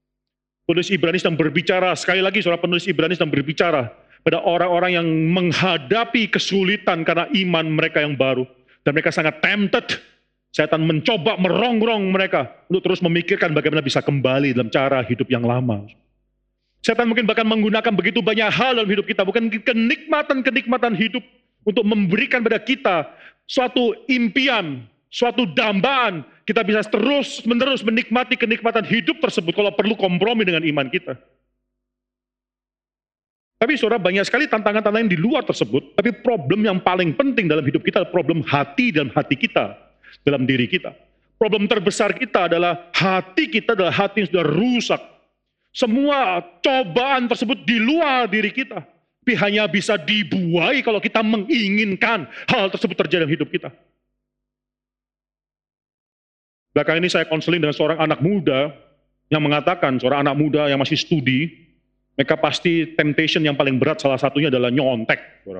Penulis Ibrani sedang berbicara, sekali lagi saudara, penulis Ibrani sedang berbicara pada orang-orang yang menghadapi kesulitan karena iman mereka yang baru. Dan mereka sangat tempted. Setan mencoba merongrong mereka untuk terus memikirkan bagaimana bisa kembali dalam cara hidup yang lama. Setan mungkin bahkan menggunakan begitu banyak hal dalam hidup kita, bukan kenikmatan-kenikmatan hidup, untuk memberikan pada kita suatu impian, suatu dambaan. Kita bisa terus-menerus menikmati kenikmatan hidup tersebut kalau perlu kompromi dengan iman kita. Tapi saudara, banyak sekali tantangan-tantangan di luar tersebut, tapi problem yang paling penting dalam hidup kita adalah problem hati dalam hati kita. Dalam diri kita. Problem terbesar kita adalah hati kita adalah hati yang sudah rusak. Semua cobaan tersebut di luar diri kita. Tapi hanya bisa dibuai kalau kita menginginkan hal tersebut terjadi dalam hidup kita. Belakangan ini saya konseling dengan seorang anak muda yang mengatakan, seorang anak muda yang masih studi, mereka pasti temptation yang paling berat salah satunya adalah nyontek.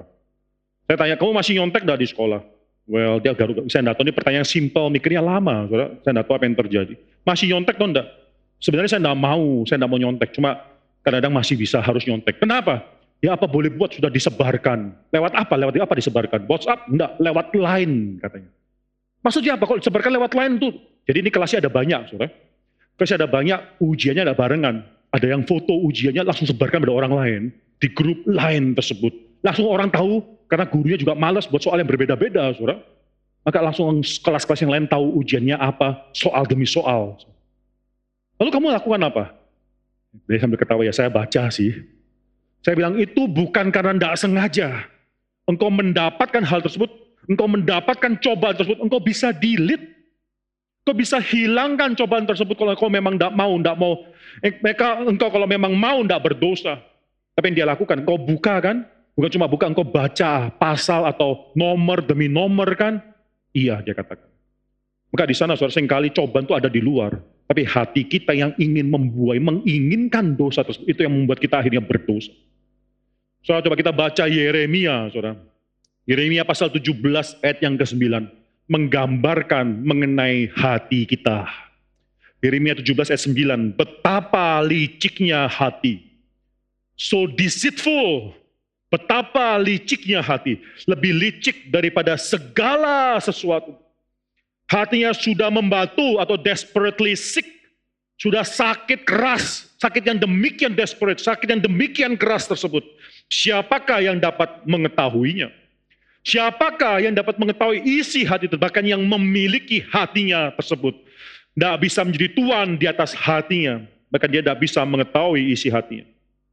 Saya tanya, kamu masih nyontek enggak di sekolah? Well, dia garuk, saya enggak tahu, ini pertanyaan simpel, mikirnya lama, saudara. Saya enggak tahu apa yang terjadi. Masih nyontek atau enggak? Sebenarnya saya enggak mau nyontek, cuma kadang-kadang masih bisa harus nyontek. Kenapa? Ya apa boleh buat sudah disebarkan. Lewat apa? Lewat apa disebarkan? WhatsApp? Enggak, lewat Line katanya. Maksudnya apa? Kalau disebarkan lewat Line tuh, jadi ini kelasnya ada banyak, saudara. Kelasnya ada banyak, ujiannya ada barengan. Ada yang foto ujiannya langsung sebarkan pada orang lain, di grup Line tersebut. Langsung orang tahu, karena gurunya juga malas buat soal yang berbeda-beda, saudara. Maka langsung kelas-kelas yang lain tahu ujiannya apa, soal demi soal. Lalu kamu lakukan apa? Dia sambil ketawa, ya saya baca sih. Saya bilang, itu bukan karena tidak sengaja. Engkau mendapatkan hal tersebut, engkau mendapatkan cobaan tersebut, engkau bisa delete. Engkau bisa hilangkan cobaan tersebut kalau engkau memang tidak mau. Engkau kalau memang mau tidak berdosa. Tapi yang dia lakukan, engkau buka kan? Bukan cuma buka, engkau baca pasal atau nomor demi nomor kan? Iya, dia katakan. Maka di sana saudara, seringkali cobaan itu ada di luar. Tapi hati kita yang ingin menginginkan dosa tersebut, itu yang membuat kita akhirnya berdosa. Saudara, coba kita baca Yeremia, saudara. Yeremia pasal 17 ayat yang ke-9. Menggambarkan mengenai hati kita. Yeremia 17 ayat 9. Betapa liciknya hati. So deceitful. Betapa liciknya hati, lebih licik daripada segala sesuatu. Hatinya sudah membatu atau desperately sick, sudah sakit keras, sakit yang demikian desperate, sakit yang demikian keras tersebut. Siapakah yang dapat mengetahuinya? Siapakah yang dapat mengetahui isi hati, bahkan yang memiliki hatinya tersebut? Tidak bisa menjadi tuan di atas hatinya, bahkan dia tidak bisa mengetahui isi hatinya.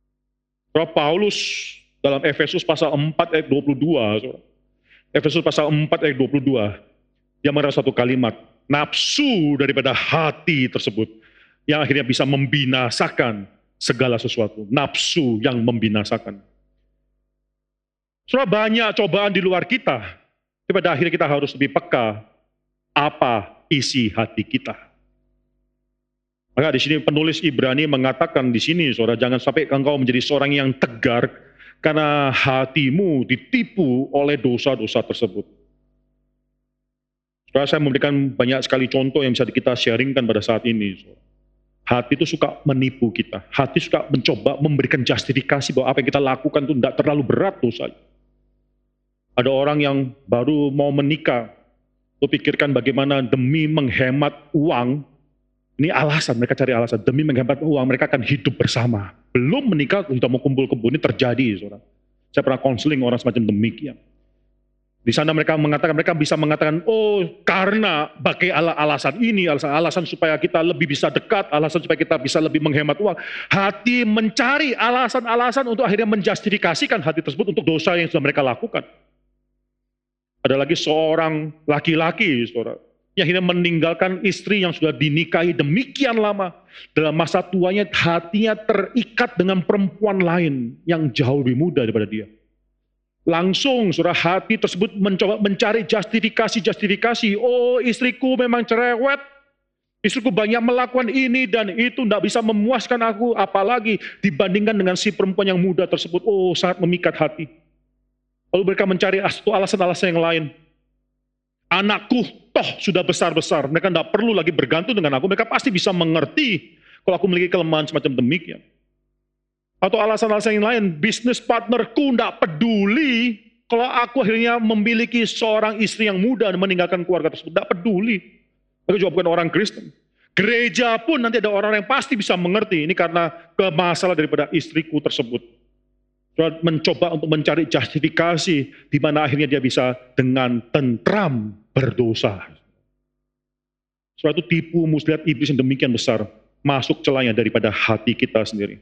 Roh Paulus dalam Efesus pasal 4 ayat 22, Efesus pasal 4 ayat 22, dia mengenai satu kalimat, nafsu daripada hati tersebut, yang akhirnya bisa membinasakan segala sesuatu. Nafsu yang membinasakan. Saudara, banyak cobaan di luar kita, tapi pada akhirnya kita harus lebih peka apa isi hati kita. Maka di sini penulis Ibrani mengatakan di sini, saudara, jangan sampai engkau menjadi seorang yang tegar karena hatimu ditipu oleh dosa-dosa tersebut. Saudara, saya memberikan banyak sekali contoh yang bisa kita sharingkan pada saat ini. Saudara. Hati itu suka menipu kita. Hati suka mencoba memberikan justifikasi bahwa apa yang kita lakukan itu tidak terlalu berat dosanya. Ada orang yang baru mau menikah, lu pikirkan bagaimana demi menghemat uang, ini alasan, mereka cari alasan, demi menghemat uang mereka akan hidup bersama. Belum menikah, sudah mau kumpul kebun, ini terjadi. Saudara. Saya pernah konseling orang semacam demikian. Di sana mereka bisa mengatakan, oh karena pakai alasan ini, alasan supaya kita lebih bisa dekat, alasan supaya kita bisa lebih menghemat uang. Hati mencari alasan-alasan untuk akhirnya menjustifikasikan hati tersebut untuk dosa yang sudah mereka lakukan. Ada lagi seorang laki-laki, saudara, yang akhirnya meninggalkan istri yang sudah dinikahi demikian lama. Dalam masa tuanya hatinya terikat dengan perempuan lain yang jauh lebih muda daripada dia. Langsung saudara, hati tersebut mencoba mencari justifikasi. Oh istriku memang cerewet, istriku banyak melakukan ini dan itu, tidak bisa memuaskan aku, apalagi dibandingkan dengan si perempuan yang muda tersebut. Oh sangat memikat hati. Lalu mereka mencari alasan-alasan yang lain. Anakku toh sudah besar-besar, mereka tidak perlu lagi bergantung dengan aku, mereka pasti bisa mengerti kalau aku memiliki kelemahan semacam demikian. Atau alasan-alasan yang lain, bisnis partnerku tidak peduli kalau aku akhirnya memiliki seorang istri yang muda dan meninggalkan keluarga tersebut, tidak peduli. Mereka juga bukan orang Kristen. Gereja pun nanti ada orang yang pasti bisa mengerti, ini karena masalah daripada istriku tersebut. Mencoba untuk mencari justifikasi di mana akhirnya dia bisa dengan tentram berdosa. Suatu tipu muslihat iblis yang demikian besar masuk celahnya daripada hati kita sendiri.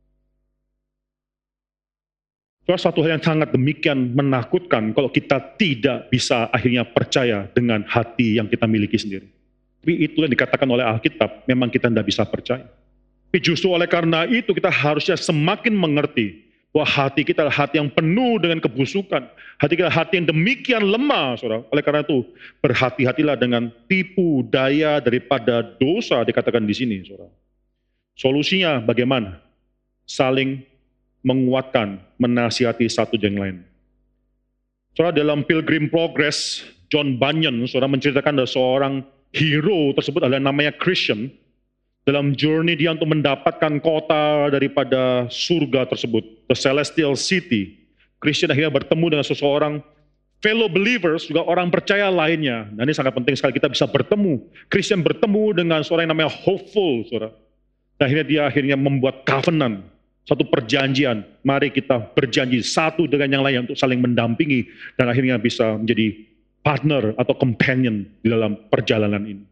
Suatu hal yang sangat demikian menakutkan kalau kita tidak bisa akhirnya percaya dengan hati yang kita miliki sendiri. Tapi itu yang dikatakan oleh Alkitab, memang kita tidak bisa percaya. Tapi justru oleh karena itu kita harusnya semakin mengerti bahwa hati kita adalah hati yang penuh dengan kebusukan. Hati kita hati yang demikian lemah, saudara. Oleh karena itu, berhati-hatilah dengan tipu daya daripada dosa, dikatakan di sini, saudara. Solusinya bagaimana? Saling menguatkan, menasihati satu yang lain. Saudara, dalam Pilgrim Progress, John Bunyan, saudara, menceritakan ada seorang hero tersebut adalah namanya Christian. Dalam journey dia untuk mendapatkan kota daripada surga tersebut, the celestial city, Christian akhirnya bertemu dengan seseorang fellow believers, juga orang percaya lainnya. Nah ini sangat penting sekali kita bisa bertemu. Christian bertemu dengan seorang yang namanya hopeful, saudara. Dan akhirnya dia membuat covenant, satu perjanjian. Mari kita berjanji satu dengan yang lain untuk saling mendampingi dan akhirnya bisa menjadi partner atau companion di dalam perjalanan ini.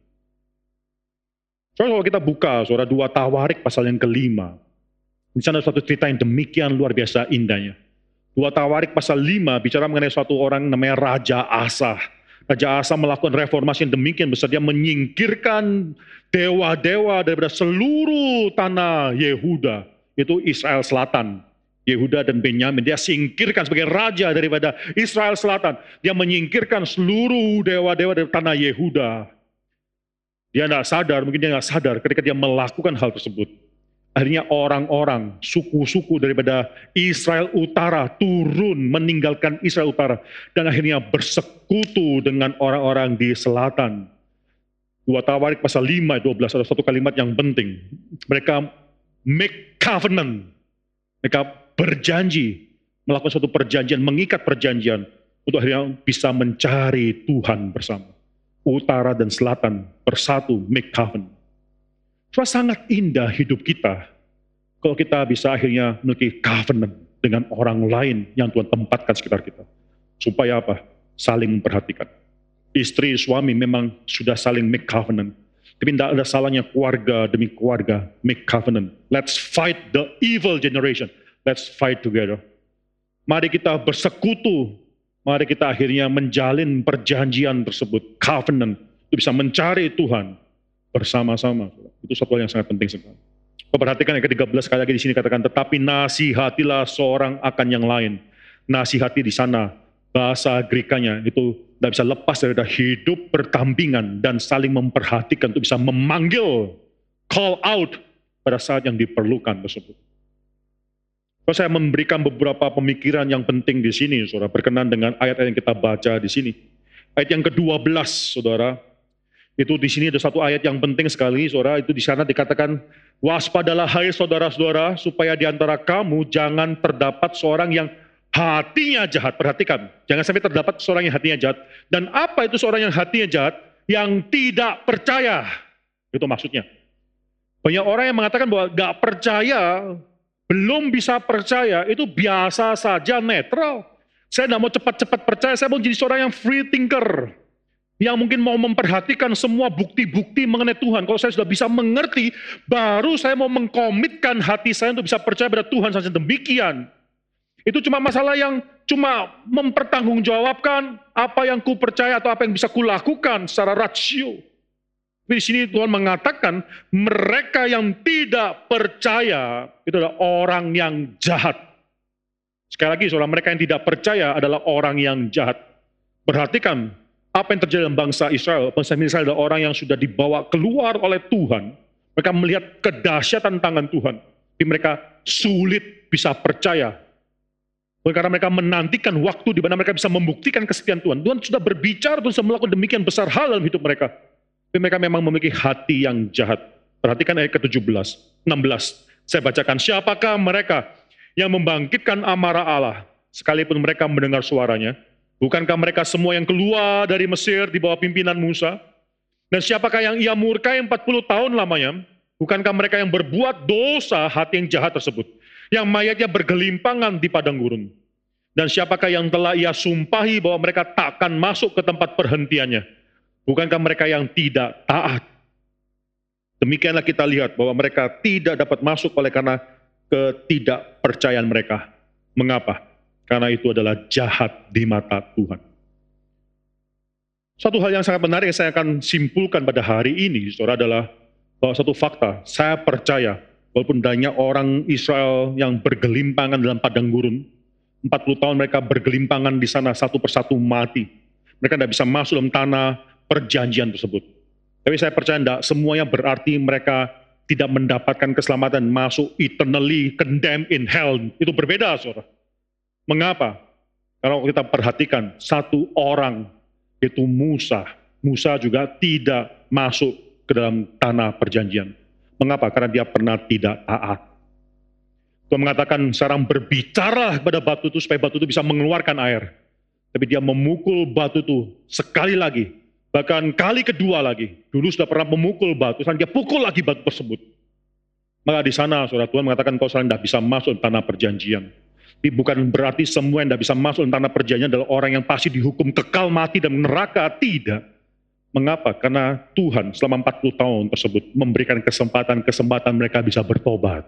Soalnya kalau kita buka, saudara, 2 Tawarik pasal yang ke-5, di sana ada suatu cerita yang demikian luar biasa indahnya. 2 Tawarik pasal 5 bicara mengenai suatu orang namanya Raja Asa. Raja Asa melakukan reformasi yang demikian besar, dia menyingkirkan dewa-dewa daripada seluruh tanah Yehuda, itu Israel Selatan. Yehuda dan Benyamin, dia singkirkan sebagai raja daripada Israel Selatan. Dia menyingkirkan seluruh dewa-dewa dari tanah Yehuda. Dia tidak sadar, mungkin dia tidak sadar ketika dia melakukan hal tersebut. Akhirnya orang-orang, suku-suku daripada Israel Utara turun meninggalkan Israel Utara. Dan akhirnya bersekutu dengan orang-orang di selatan. 2 Tawarik pasal 5, 12, ada satu kalimat yang penting. Mereka make covenant. Mereka berjanji, melakukan suatu perjanjian, mengikat perjanjian. Untuk akhirnya bisa mencari Tuhan bersama. Utara dan selatan bersatu, make covenant. Sangat indah hidup kita kalau kita bisa akhirnya memiliki covenant dengan orang lain yang Tuhan tempatkan sekitar kita. Supaya apa? Saling memperhatikan. Istri, suami memang sudah saling make covenant. Tapi tidak ada salahnya keluarga demi keluarga make covenant. Let's fight the evil generation. Let's fight together. Mari kita bersekutu. Mari kita akhirnya menjalin perjanjian tersebut, covenant, untuk bisa mencari Tuhan bersama-sama. Itu satu hal yang sangat penting sekali. Perhatikan yang ke-13 sekali lagi di sini katakan, tetapi nasihatilah seorang akan yang lain. Nasihati di sana, bahasa Grekanya itu tidak bisa lepas dari hidup berdampingan dan saling memperhatikan untuk bisa memanggil call out pada saat yang diperlukan tersebut. Kalau saya memberikan beberapa pemikiran yang penting di sini, saudara, berkenan dengan ayat-ayat yang kita baca di sini. Ayat yang ke-12, saudara, itu di sini ada satu ayat yang penting sekali, saudara, itu di sana dikatakan, waspadalah hai saudara-saudara, supaya di antara kamu jangan terdapat seorang yang hatinya jahat. Perhatikan, jangan sampai terdapat seorang yang hatinya jahat. Dan apa itu seorang yang hatinya jahat? Yang tidak percaya. Itu maksudnya. Banyak orang yang mengatakan bahwa gak percaya, belum bisa percaya, itu biasa saja, netral. Saya tidak mau cepat-cepat percaya, saya mau jadi seorang yang free thinker. Yang mungkin mau memperhatikan semua bukti-bukti mengenai Tuhan. Kalau saya sudah bisa mengerti, baru saya mau mengkomitkan hati saya untuk bisa percaya pada Tuhan saja demikian. Itu cuma masalah yang cuma mempertanggungjawabkan apa yang ku percaya atau apa yang bisa kulakukan secara rasio. Di sini Tuhan mengatakan mereka yang tidak percaya itu adalah orang yang jahat. Sekali lagi saudara, mereka yang tidak percaya adalah orang yang jahat. Perhatikan apa yang terjadi dalam bangsa Israel. Bangsa Israel adalah orang yang sudah dibawa keluar oleh Tuhan. Mereka melihat kedahsyatan tangan Tuhan. Tapi mereka sulit bisa percaya. Karena mereka menantikan waktu di mana mereka bisa membuktikan kesetiaan Tuhan. Tuhan sudah berbicara, Tuhan sudah melakukan demikian besar hal dalam hidup mereka. Tapi mereka memang memiliki hati yang jahat. Perhatikan ayat ke-17, 16. Saya bacakan, siapakah mereka yang membangkitkan amarah Allah, sekalipun mereka mendengar suaranya? Bukankah mereka semua yang keluar dari Mesir di bawah pimpinan Musa? Dan siapakah yang ia murkai 40 tahun lamanya? Bukankah mereka yang berbuat dosa hati yang jahat tersebut? Yang mayatnya bergelimpangan di padang gurun. Dan siapakah yang telah ia sumpahi bahwa mereka takkan masuk ke tempat perhentiannya? Bukankah mereka yang tidak taat? Demikianlah kita lihat bahwa mereka tidak dapat masuk oleh karena ketidakpercayaan mereka. Mengapa? Karena itu adalah jahat di mata Tuhan. Satu hal yang sangat menarik yang saya akan simpulkan pada hari ini, saudara, adalah bahwa satu fakta, saya percaya walaupun banyak orang Israel yang bergelimpangan dalam padang gurun, 40 tahun mereka bergelimpangan di sana satu persatu mati. Mereka tidak bisa masuk dalam tanah perjanjian tersebut. Tapi saya percaya tidak semuanya berarti mereka tidak mendapatkan keselamatan, masuk eternally condemned in hell. Itu berbeda, saudara. Mengapa? Karena kita perhatikan satu orang, yaitu Musa. Musa juga tidak masuk ke dalam tanah perjanjian. Mengapa? Karena dia pernah tidak taat. Tuhan mengatakan sekarang berbicara kepada batu itu supaya batu itu bisa mengeluarkan air. Tapi dia memukul batu itu sekali lagi. Bahkan kali kedua lagi. Dulu sudah pernah memukul batu, sekarang dia pukul lagi batu tersebut. Maka di sana saudara, Tuhan mengatakan kau sekarang tidak bisa masuk ke tanah perjanjian. Tapi bukan berarti semua yang tidak bisa masuk ke tanah perjanjian adalah orang yang pasti dihukum kekal mati dan neraka. Tidak. Mengapa? Karena Tuhan selama 40 tahun tersebut memberikan kesempatan mereka bisa bertobat.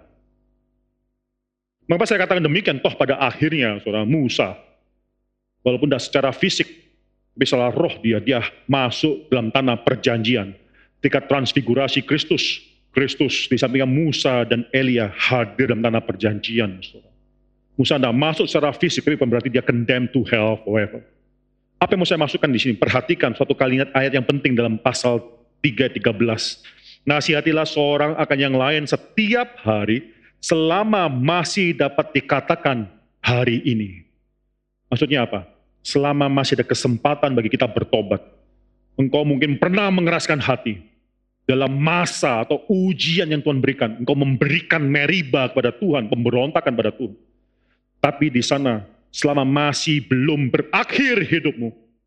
Mengapa saya katakan demikian? Toh pada akhirnya saudara, Musa, walaupun tidak secara fisik, tapi secara roh dia masuk dalam tanah perjanjian. Ketika transfigurasi Kristus di sampingnya Musa dan Elia hadir dalam tanah perjanjian. Saudara. Musa tidak masuk secara fisik, tapi berarti dia condemned to hell forever. Apa yang mau saya masukkan di sini? Perhatikan suatu kalimat ayat yang penting dalam pasal 3:13. Nasihatilah seorang akan yang lain setiap hari selama masih dapat dikatakan hari ini. Maksudnya apa? Selama masih ada kesempatan bagi kita bertobat. Engkau mungkin pernah mengeraskan hati dalam masa atau ujian yang Tuhan berikan. Engkau memberikan meriba kepada Tuhan, pemberontakan pada Tuhan. Tapi di sana, selama masih belum berakhir hidupmu,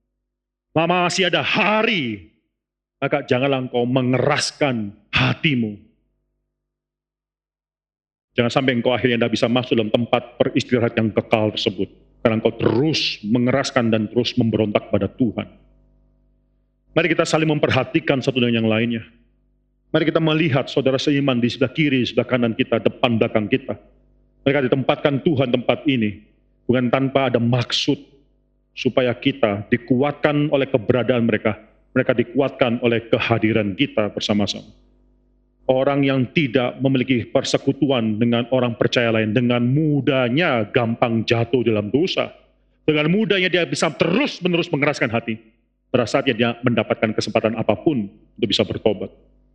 selama masih ada hari, maka janganlah engkau mengeraskan hatimu. Jangan sampai engkau akhirnya tidak bisa masuk dalam tempat peristirahat yang kekal tersebut. Karena engkau terus mengeraskan dan terus memberontak pada Tuhan. Mari kita saling memperhatikan satu dengan yang lainnya. Mari kita melihat saudara seiman di sebelah kiri, sebelah kanan kita, depan belakang kita. Mereka ditempatkan Tuhan tempat ini, bukan tanpa ada maksud, supaya kita dikuatkan oleh keberadaan mereka. Mereka dikuatkan oleh kehadiran kita bersama-sama. Orang yang tidak memiliki persekutuan dengan orang percaya lain, dengan mudahnya gampang jatuh dalam dosa. Dengan mudahnya dia bisa terus-menerus mengeraskan hati. Pada saatnya dia mendapatkan kesempatan apapun untuk bisa bertobat.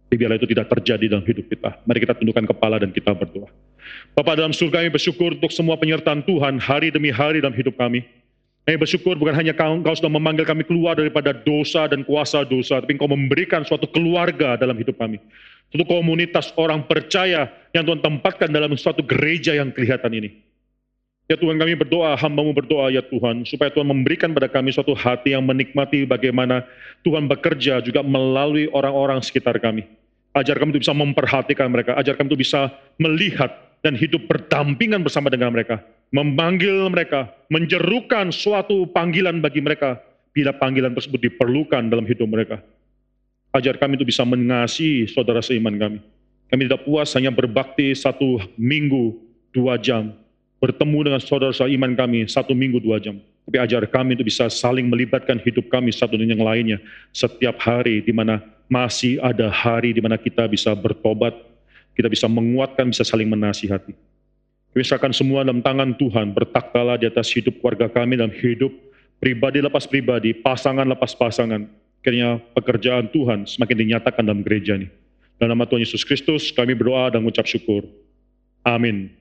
Biarlah itu tidak terjadi dalam hidup kita. Mari kita tundukkan kepala dan kita berdoa. Bapa dalam surga, kami bersyukur untuk semua penyertaan Tuhan hari demi hari dalam hidup kami. Kami bersyukur bukan hanya Engkau sudah memanggil kami keluar daripada dosa dan kuasa dosa, tapi Engkau memberikan suatu keluarga dalam hidup kami. Suatu komunitas orang percaya yang Tuhan tempatkan dalam suatu gereja yang kelihatan ini. Ya Tuhan, kami berdoa, hamba-Mu berdoa ya Tuhan, supaya Tuhan memberikan pada kami suatu hati yang menikmati bagaimana Tuhan bekerja juga melalui orang-orang sekitar kami. Ajar kami itu bisa memperhatikan mereka, ajar kami itu bisa melihat dan hidup berdampingan bersama dengan mereka, memanggil mereka, menjerukan suatu panggilan bagi mereka, bila panggilan tersebut diperlukan dalam hidup mereka. Ajar kami itu bisa mengasihi saudara seiman kami. Kami tidak puas hanya berbakti 1 minggu 2 jam, bertemu dengan saudara seiman kami 1 minggu 2 jam. Tapi ajar kami itu bisa saling melibatkan hidup kami satu dengan yang lainnya setiap hari, di mana masih ada hari di mana kita bisa bertobat, kita bisa menguatkan, bisa saling menasihati. Kami serahkan semua dalam tangan Tuhan, bertaktalah di atas hidup keluarga kami, dalam hidup pribadi lepas pribadi, pasangan lepas pasangan. Kiranya pekerjaan Tuhan semakin dinyatakan dalam gereja ini. Dalam nama Tuhan Yesus Kristus kami berdoa dan mengucap syukur. Amin.